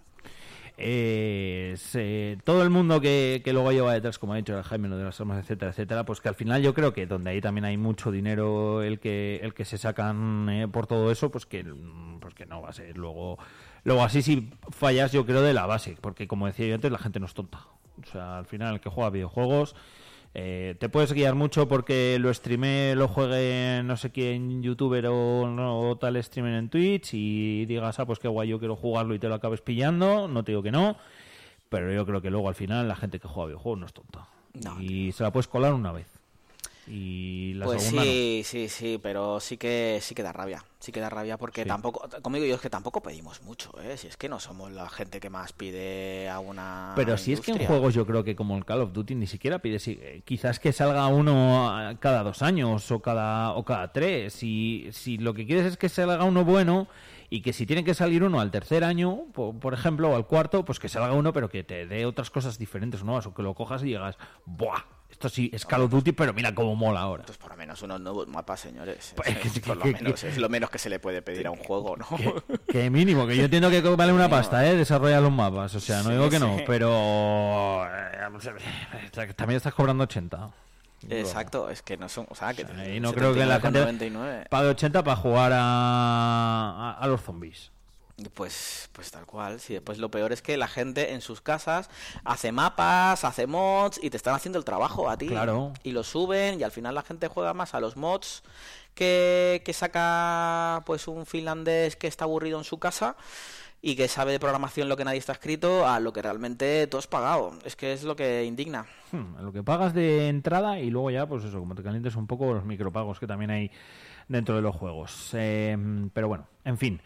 Todo el mundo que luego lleva detrás, como ha dicho el Jaime, lo de las armas, etcétera, etcétera, pues que al final yo creo que donde ahí también hay mucho dinero el que se sacan por todo eso, pues que no va a ser luego así si fallas, yo creo, de la base, porque como decía yo antes, la gente no es tonta. O sea, al final el que juega videojuegos te puedes guiar mucho porque lo juegue no sé quién, youtuber o tal streamer en Twitch y digas, pues qué guay, yo quiero jugarlo y te lo acabes pillando, no te digo que no, pero yo creo que luego al final la gente que juega videojuegos no es tonta.
No,
Y se la puedes colar una vez. Y la
pues
segunda
sí, pero sí que da rabia. Sí que da rabia porque
Sí.
tampoco, como digo yo, es que tampoco pedimos mucho, ¿eh? Si es que no somos la gente que más pide a una
Pero si es que en
industria.
juegos yo creo que como el Call of Duty ni siquiera pide, quizás que salga uno cada 2 años o cada 3. Si lo que quieres es que salga uno bueno y que si tiene que salir uno al tercer año, por ejemplo, o al cuarto, pues que salga uno pero que te dé otras cosas diferentes o nuevas, o que lo cojas y digas, ¡buah! Esto sí es Call of Duty, pero mira cómo mola ahora.
Pues por lo menos unos nuevos mapas, señores.
Pues
Es lo menos que se le puede pedir a un juego, ¿no?
Que mínimo, que yo entiendo que vale una pasta, desarrollar los mapas, o sea, no digo que no, pero también estás cobrando 80.
Exacto, es que no son, o sea, que
Y no creo que la gente
99.
pague 80 para jugar a los zombies.
Pues tal cual, sí. Pues lo peor es que la gente en sus casas hace mapas, hace mods y te están haciendo el trabajo a ti.
Claro.
Y lo suben y al final la gente juega más a los mods que saca pues un finlandés que está aburrido en su casa y que sabe de programación lo que nadie está escrito a lo que realmente tú has pagado. Es que es lo que indigna.
Lo que pagas de entrada y luego ya, pues eso, como te calientes un poco los micropagos que también hay dentro de los juegos. Pero bueno, en fin.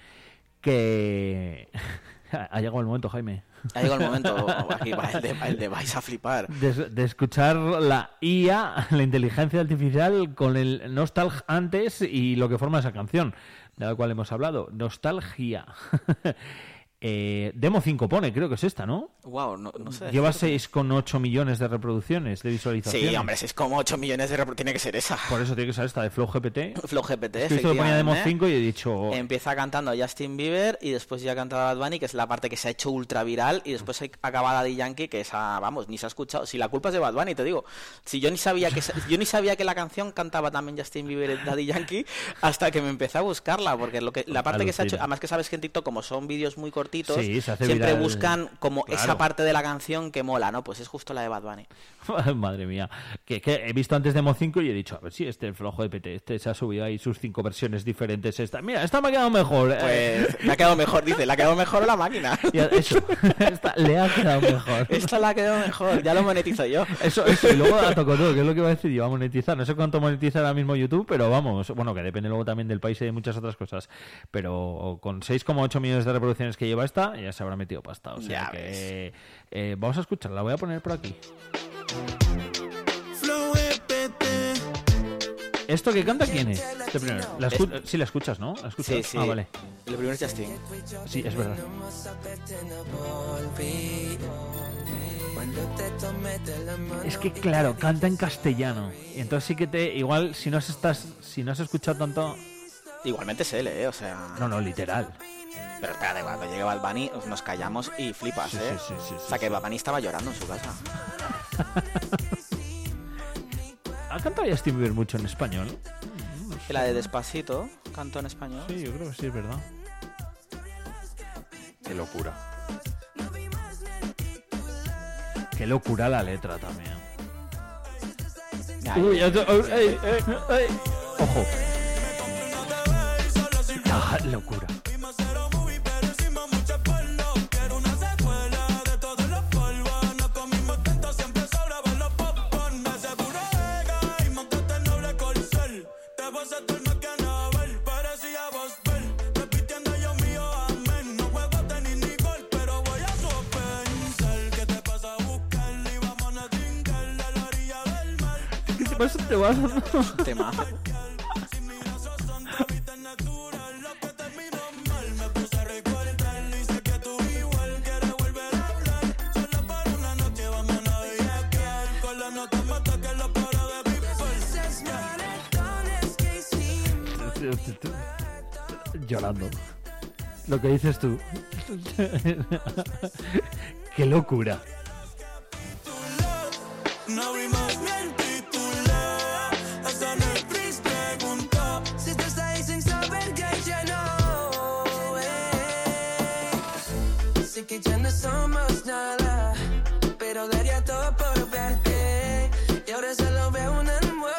Que ha llegado el momento, Jaime.
Ha llegado el momento, aquí va el de vais a flipar.
De escuchar la IA, la inteligencia artificial, con el Nostalg antes y lo que forma esa canción, de la cual hemos hablado. Nostalgia. Demo 5 pone, creo que es esta, ¿no?
Wow, no sé.
Lleva 6,8 millones de reproducciones, de visualizaciones.
Sí, hombre, 6,8 millones de reproducciones. Tiene que ser esa.
Por eso tiene que ser esta, de Flow GPT.
Flow GPT,
Es que esto lo ponía Demo
efectivamente.
5 y he dicho...
Empieza cantando Justin Bieber y después ya canta Bad Bunny, que es la parte que se ha hecho ultra viral, y después acaba Daddy Yankee, que esa, vamos, ni se ha escuchado. Si la culpa es de Bad Bunny, te digo. Si yo ni sabía que la canción cantaba también Justin Bieber y Daddy Yankee hasta que me empecé a buscarla, porque la parte que se ha hecho, además que sabes que en TikTok, como son vídeos muy cortitos,
Sí, se hace
siempre
viral.
buscan como
Claro.
esa parte de la canción que mola, ¿no? Pues es justo la de Bad Bunny.
Madre mía. Que he visto antes Demo 5 y he dicho, a ver si el flojo de PT, se ha subido ahí sus 5 versiones diferentes. Mira, esta me ha quedado mejor.
Pues me ha quedado mejor, dice, le ha quedado mejor la máquina.
Eso, esta le ha quedado mejor.
Esta la ha quedado mejor, ya lo monetizo yo.
Eso, y luego a Tocotó, que es lo que iba a decir yo, a monetizar. No sé cuánto monetiza ahora mismo YouTube, pero vamos, bueno, que depende luego también del país y de muchas otras cosas. Pero con 6,8 millones de reproducciones que lleva esta, ya se habrá metido pasta. O sea
Ya
que vamos a escucharla, la voy a poner por aquí. ¿Esto que canta quién es? Este primero. Sí, la escuchas, ¿no? ¿La escuchas?
Sí, sí.
Ah, vale.
El primero es Justin.
Sí, es verdad. Es que claro, canta en castellano. Y entonces sí que igual si no has escuchado tanto.
Igualmente es él, o sea...
No, literal.
Pero espérate, cuando llegue Bad Bunny nos callamos y flipas,
Sí.
O sea, que Bad Bunny estaba llorando en su casa.
¿Ha cantado Justin Bieber mucho en español?
Y la de Despacito, cantó en español.
Sí, yo creo que sí, es verdad. Qué locura. Qué locura la letra también.
Ay,
Ojo. Ah, locura. Te vas
temazo.
Llorando. Lo que dices tú. Qué locura.
Que ya no somos nada, pero daría todo por verte. Y ahora solo veo una almohada.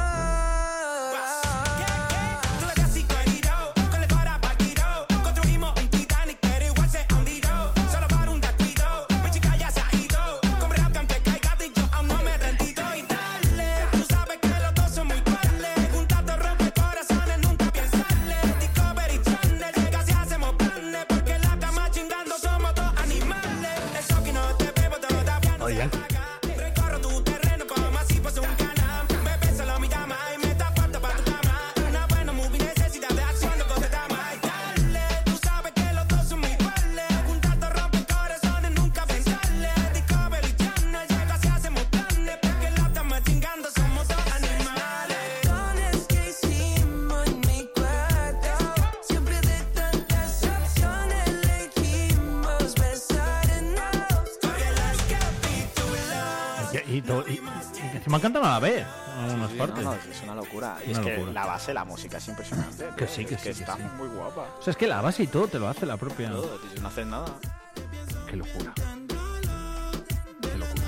Y encima cantan a la vez en algunas partes.
No, es una locura. Y
Una
es que
locura.
la base, la música es impresionante.
Que sí, que
es
sí, que
está
sí.
muy guapa.
O sea, es que la base y todo te lo hace la propia.
Todo, no haces nada.
Qué locura. Qué locura.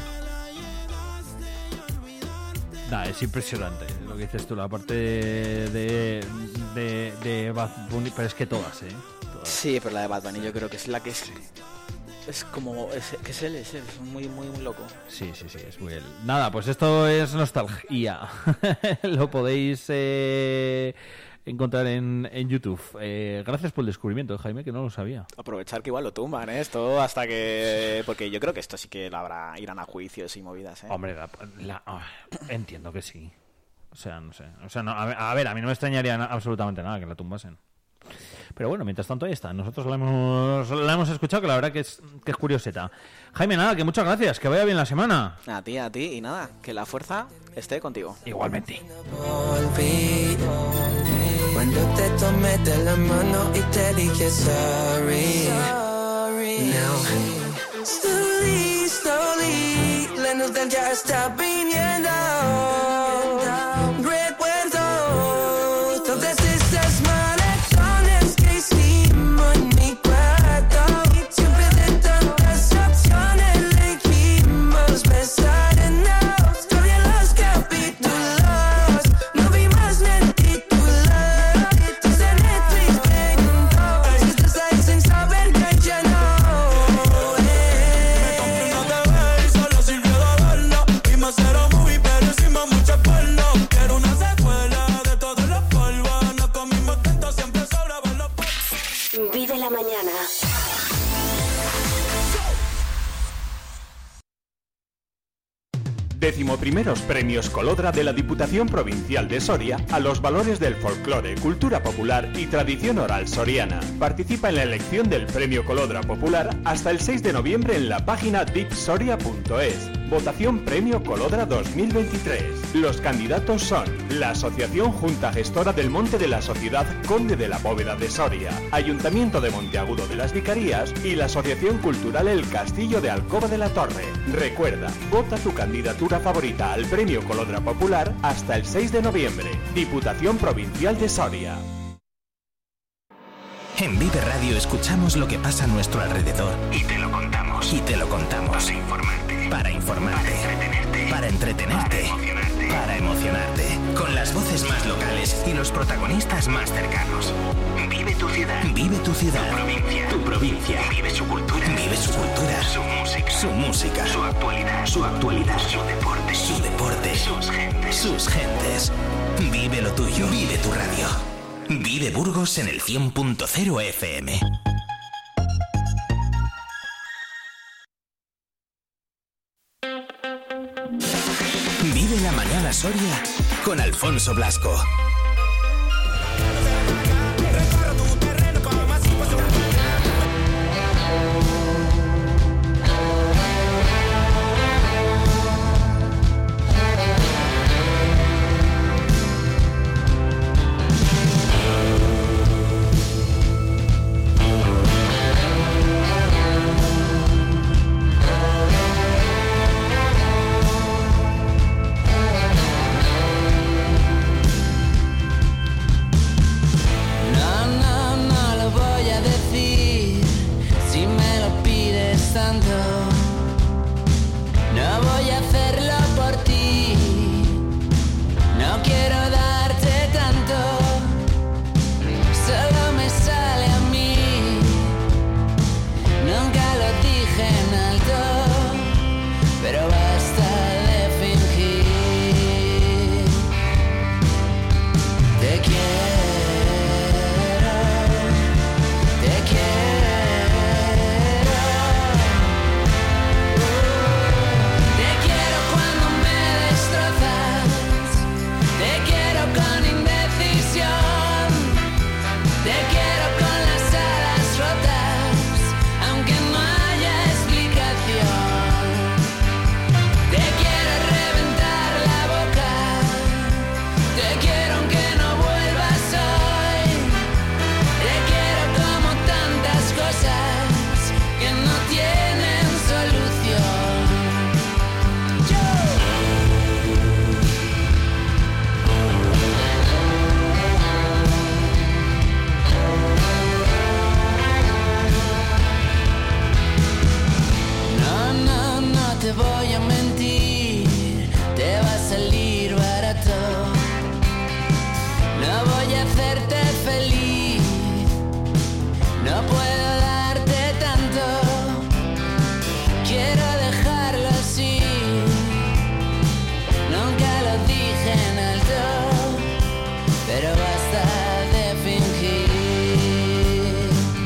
Nah, es impresionante lo que dices tú, la parte de Bad Bunny, pero es que todas, Todas.
Sí, pero la de Bad Bunny yo creo que es la que es como... que es él, es muy, muy, muy loco.
Sí, es muy él. Nada, pues esto es nostalgia. Lo podéis encontrar en YouTube. Gracias por el descubrimiento, Jaime, que no lo sabía.
Aprovechar que igual lo tumban, esto hasta que... Porque yo creo que esto sí que irán a juicios y movidas,
Hombre, entiendo que sí. O sea, no sé. O sea, no, a ver, a mí no me extrañaría absolutamente nada que la tumbasen. Pero bueno, mientras tanto ahí está. Nosotros la hemos escuchado, que la verdad que es curioseta. Jaime, nada, que muchas gracias. Que vaya bien la semana.
A ti, y nada, que la fuerza esté contigo.
Igualmente.
Cuando te tomé de la mano y te dije sorry. Now, slowly, la nostalgia está viniendo. Recuerdo todas esas maratones que hicimos en mi cuarto.
11º Premios Colodra de la Diputación Provincial de Soria a los valores del folclore, cultura popular y tradición oral soriana. Participa en la elección del Premio Colodra Popular hasta el 6 de noviembre en la página dipsoria.es. Votación Premio Colodra 2023. Los candidatos son la Asociación Junta Gestora del Monte de la Sociedad Conde de la Bóveda de Soria, Ayuntamiento de Monteagudo de las Vicarías y la Asociación Cultural El Castillo de Alcoba de la Torre. Recuerda, vota tu candidatura favorita al Premio Colodra Popular hasta el 6 de noviembre. Diputación Provincial de Soria.
En Vive Radio escuchamos lo que pasa a nuestro alrededor y te lo contamos. Para informarte. Para entretenerte. Para emocionarte. Con las voces más locales y los protagonistas más cercanos. Vive tu ciudad. Vive tu ciudad. Tu provincia. Vive su cultura. Su música. Su actualidad. Su deporte. Sus gentes. Vive lo tuyo. Vive tu radio. Vive Burgos en el 100.0 FM. Vive la mañana Soria con Alfonso Blasco.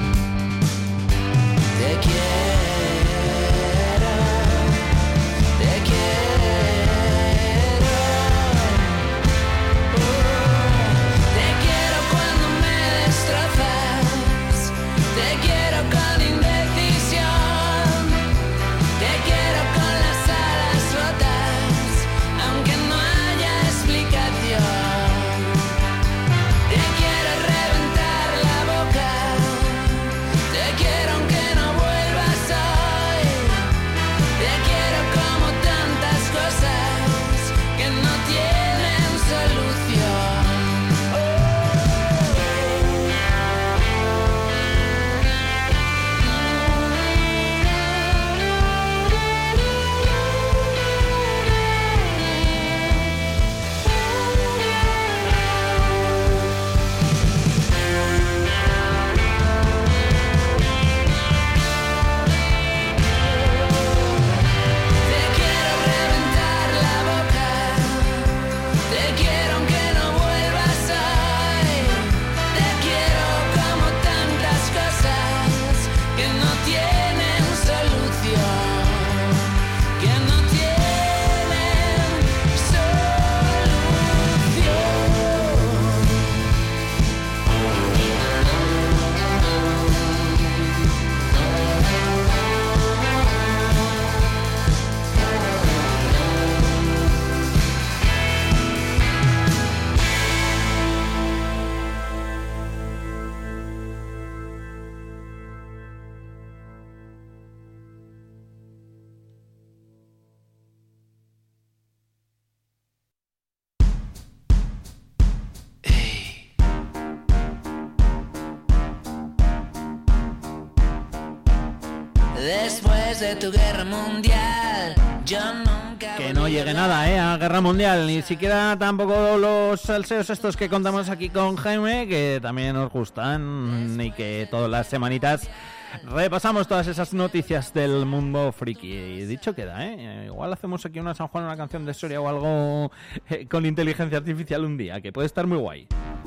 Te Después de tu guerra mundial, yo nunca...
Que no llegue nada, a guerra mundial, ni siquiera tampoco los salseos estos que contamos aquí con Jaime, que también nos gustan, y que todas las semanitas repasamos todas esas noticias del mundo friki. Y dicho queda, igual hacemos aquí una San Juan, una canción de Soria o algo con inteligencia artificial un día, que puede estar muy guay.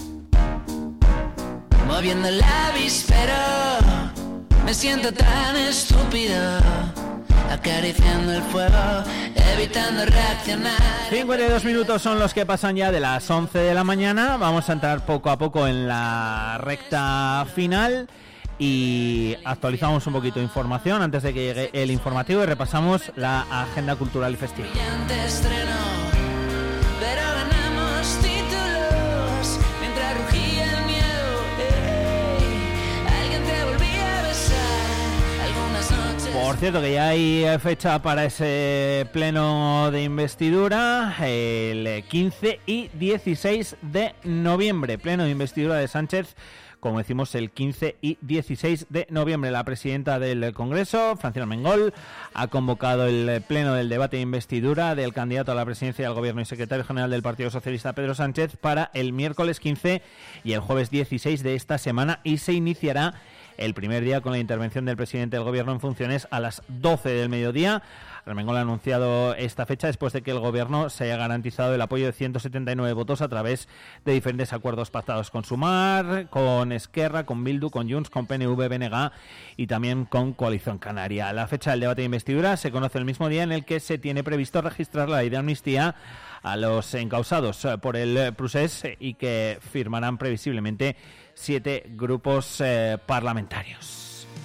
Moviendo el avispero, me siento tan estúpido, acariciando el fuego, evitando reaccionar.
52 minutos son los que pasan ya de las 11 de la mañana. Vamos a entrar poco a poco en la recta final y actualizamos un poquito de información antes de que llegue el informativo y repasamos la agenda cultural y festiva.
Brillante estreno, pero ganamos títulos mientras rugía el miedo. Alguien te volvía a besar algunas noches.
Por cierto, que ya hay fecha para ese pleno de investidura, el 15 y 16 de noviembre. Pleno de investidura de Sánchez, como decimos, el 15 y 16 de noviembre. La presidenta del Congreso, Francina Armengol, ha convocado el pleno del debate de investidura del candidato a la presidencia del Gobierno y secretario general del Partido Socialista, Pedro Sánchez, para el miércoles 15 y el jueves 16 de esta semana, y se iniciará el primer día con la intervención del presidente del Gobierno en funciones a las 12 del mediodía. Armengol ha anunciado esta fecha después de que el Gobierno se haya garantizado el apoyo de 179 votos a través de diferentes acuerdos pactados con Sumar, con Esquerra, con Bildu, con Junts, con PNV, BNG y también con Coalición Canaria. La fecha del debate de investidura se conoce el mismo día en el que se tiene previsto registrar la ley de amnistía a los encausados por el procés y que firmarán previsiblemente 7 grupos parlamentarios.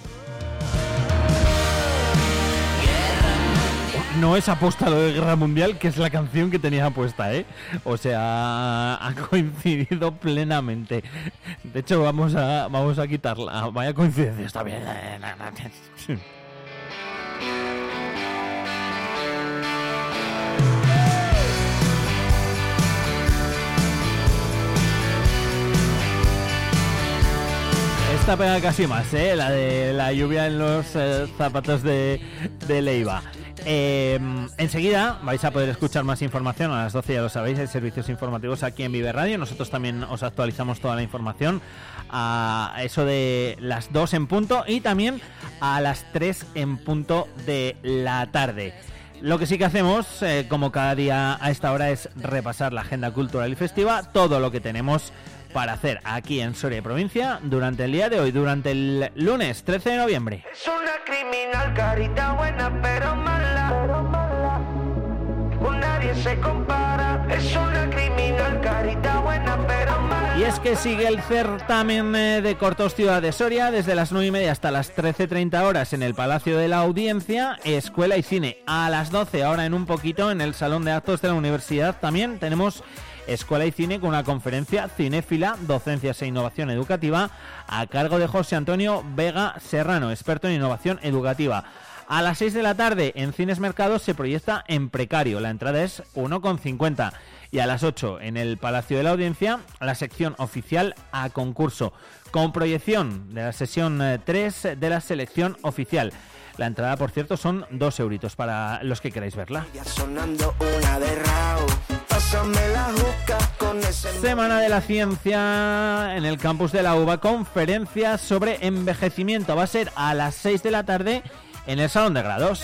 No es aposta lo de Guerra Mundial, que es la canción que tenía puesta, O sea, ha coincidido plenamente. De hecho, vamos a quitarla. Vaya coincidencia, está bien. Esta pega casi más, la de la lluvia en los zapatos de Leiva. Enseguida vais a poder escuchar más información. A las 12, ya lo sabéis, hay servicios informativos aquí en Vive Radio. Nosotros también os actualizamos toda la información a eso de las 2 en punto y también a las 3 en punto de la tarde. Lo que sí que hacemos, como cada día a esta hora, es repasar la agenda cultural y festiva, todo lo que tenemos para hacer aquí en Soria Provincia durante el día de hoy, durante el lunes 13 de noviembre.
Es una criminal, carita buena pero mala. Con nadie se compara. Es una criminal, carita buena pero mala.
Y es que sigue el certamen de cortos Ciudad de Soria desde las 9:30 hasta las 13:30 horas en el Palacio de la Audiencia, Escuela y Cine. A las 12, ahora en un poquito, en el Salón de Actos de la Universidad también tenemos Escuela y Cine con una conferencia cinéfila, docencias e innovación educativa a cargo de José Antonio Vega Serrano, experto en innovación educativa. A las 6 de la tarde en Cines Mercados se proyecta En Precario, la entrada es 1,50. Y a las 8 en el Palacio de la Audiencia la sección oficial a concurso, con proyección de la sesión 3 de la selección oficial. La entrada, por cierto, son 2 euritos para los que queráis verla. Semana de la Ciencia en el campus de la UBA, conferencia sobre envejecimiento. Va a ser a las 6 de la tarde en el Salón de Grados.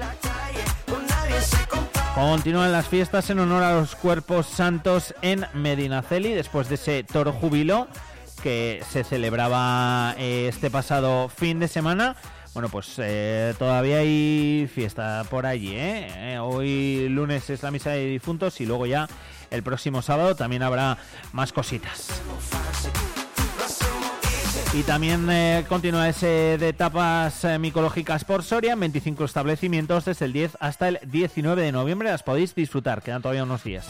Continúan las fiestas en honor a los Cuerpos Santos en Medinaceli, después de ese toro júbilo que se celebraba este pasado fin de semana. Bueno, pues todavía hay fiesta por allí, Hoy lunes es la misa de difuntos y luego ya el próximo sábado también habrá más cositas. Y también continúa ese de tapas micológicas por Soria en 25 establecimientos desde el 10 hasta el 19 de noviembre. Las podéis disfrutar, quedan todavía unos días.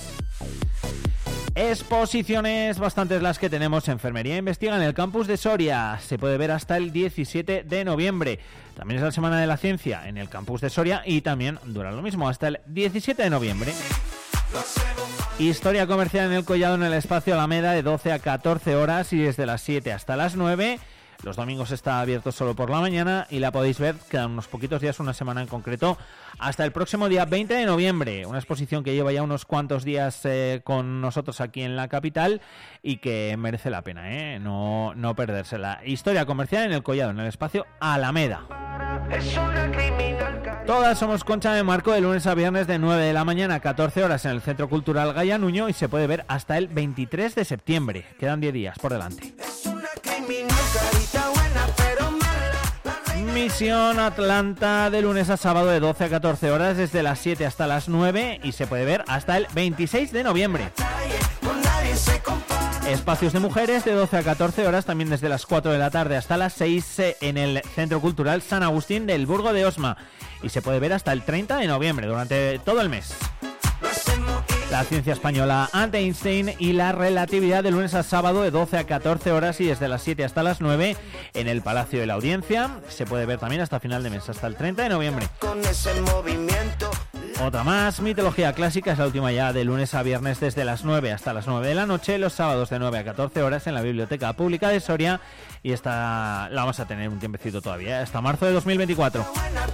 Exposiciones bastantes las que tenemos. Enfermería Investiga en el campus de Soria. Se puede ver hasta el 17 de noviembre. También es la Semana de la Ciencia en el campus de Soria y también dura lo mismo hasta el 17 de noviembre. Historia comercial en el Collado en el espacio Alameda de 12 a 14 horas y desde las 7 hasta las 9. Los domingos está abierto solo por la mañana y la podéis ver, quedan unos poquitos días, una semana en concreto, hasta el próximo día 20 de noviembre. Una exposición que lleva ya unos cuantos días con nosotros aquí en la capital y que merece la pena, no perdérsela. Historia comercial en el Collado, en el espacio Alameda.
Es una criminal.
Todas somos Concha de Marco, de lunes a viernes de 9 de la mañana a 14 horas en el Centro Cultural Gaya Nuño y se puede ver hasta el 23 de septiembre. Quedan 10 días por delante.
Es una criminal, carita buena, pero mala.
Misión Atlanta de lunes a sábado de 12 a 14 horas desde las 7 hasta las 9 y se puede ver hasta el 26 de noviembre.
Con nadie se compara.
Espacios de mujeres de 12 a 14 horas también desde las 4 de la tarde hasta las 6 en el Centro Cultural San Agustín del Burgo de Osma y se puede ver hasta el 30 de noviembre durante todo el mes. La ciencia española ante Einstein y la relatividad de lunes a sábado de 12 a 14 horas y desde las 7 hasta las 9 en el Palacio de la Audiencia. Se puede ver también hasta final de mes, hasta el 30 de noviembre.
Con ese movimiento.
Otra más, mitología clásica, es la última ya de lunes a viernes desde las 9 hasta las 9 de la noche, los sábados de 9 a 14 horas en la Biblioteca Pública de Soria y esta la vamos a tener un tiempecito todavía, hasta marzo de 2024.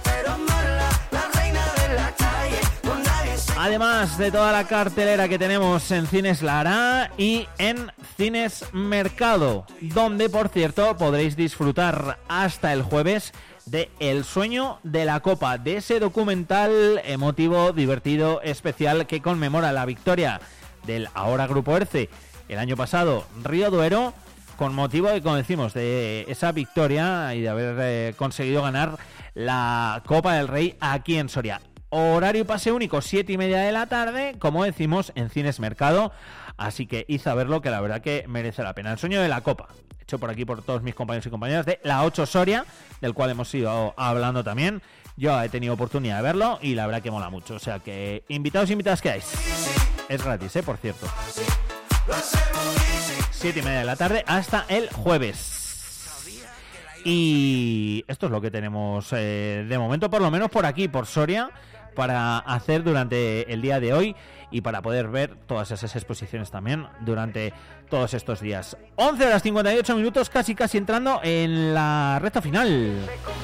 Además de toda la cartelera que tenemos en Cines Lara y en Cines Mercado, donde por cierto podréis disfrutar hasta el jueves de El sueño de la copa, de ese documental emotivo, divertido, especial que conmemora la victoria del ahora Grupo ERCE el año pasado Río Duero, con motivo de, como decimos, de esa victoria y de haber conseguido ganar la Copa del Rey aquí en Soria. Horario y pase único, 7:30 de la tarde, como decimos, en Cines Mercado. Así que id a verlo, que la verdad que merece la pena. El sueño de la copa, hecho por aquí por todos mis compañeros y compañeras de la 8 Soria, del cual hemos ido hablando también. Yo he tenido oportunidad de verlo y la verdad que mola mucho. O sea que invitados y invitadas quedáis. Es gratis, por cierto. 7:30 de la tarde hasta el jueves. Y esto es lo que tenemos de momento, por lo menos por aquí, por Soria, para hacer durante el día de hoy y para poder ver todas esas exposiciones también durante todos estos días. 11 horas 58 minutos, casi entrando en la recta final.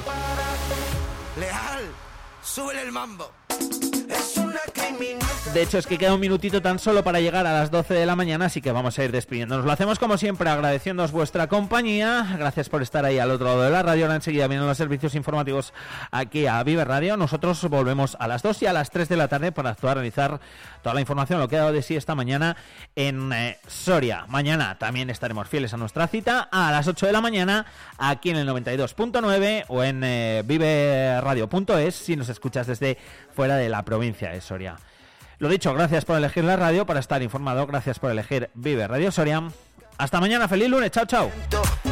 Leal, súbele el mambo. Es una criminal.
De hecho, es que queda un minutito tan solo para llegar a las 12 de la mañana, así que vamos a ir despidiéndonos. Lo hacemos como siempre, agradeciéndoos vuestra compañía. Gracias por estar ahí al otro lado de la radio. Ahora enseguida vienen los servicios informativos aquí a Vive Radio. Nosotros volvemos a las 2 y a las 3 de la tarde para actualizar toda la información, lo que ha dado de sí esta mañana en Soria. Mañana también estaremos fieles a nuestra cita a las 8 de la mañana aquí en el 92.9 o en viveradio.es si nos escuchas desde fuera de la provincia de Soria. Lo dicho, gracias por elegir la radio para estar informado, gracias por elegir Vive Radio Soria. Hasta mañana, feliz lunes, chao.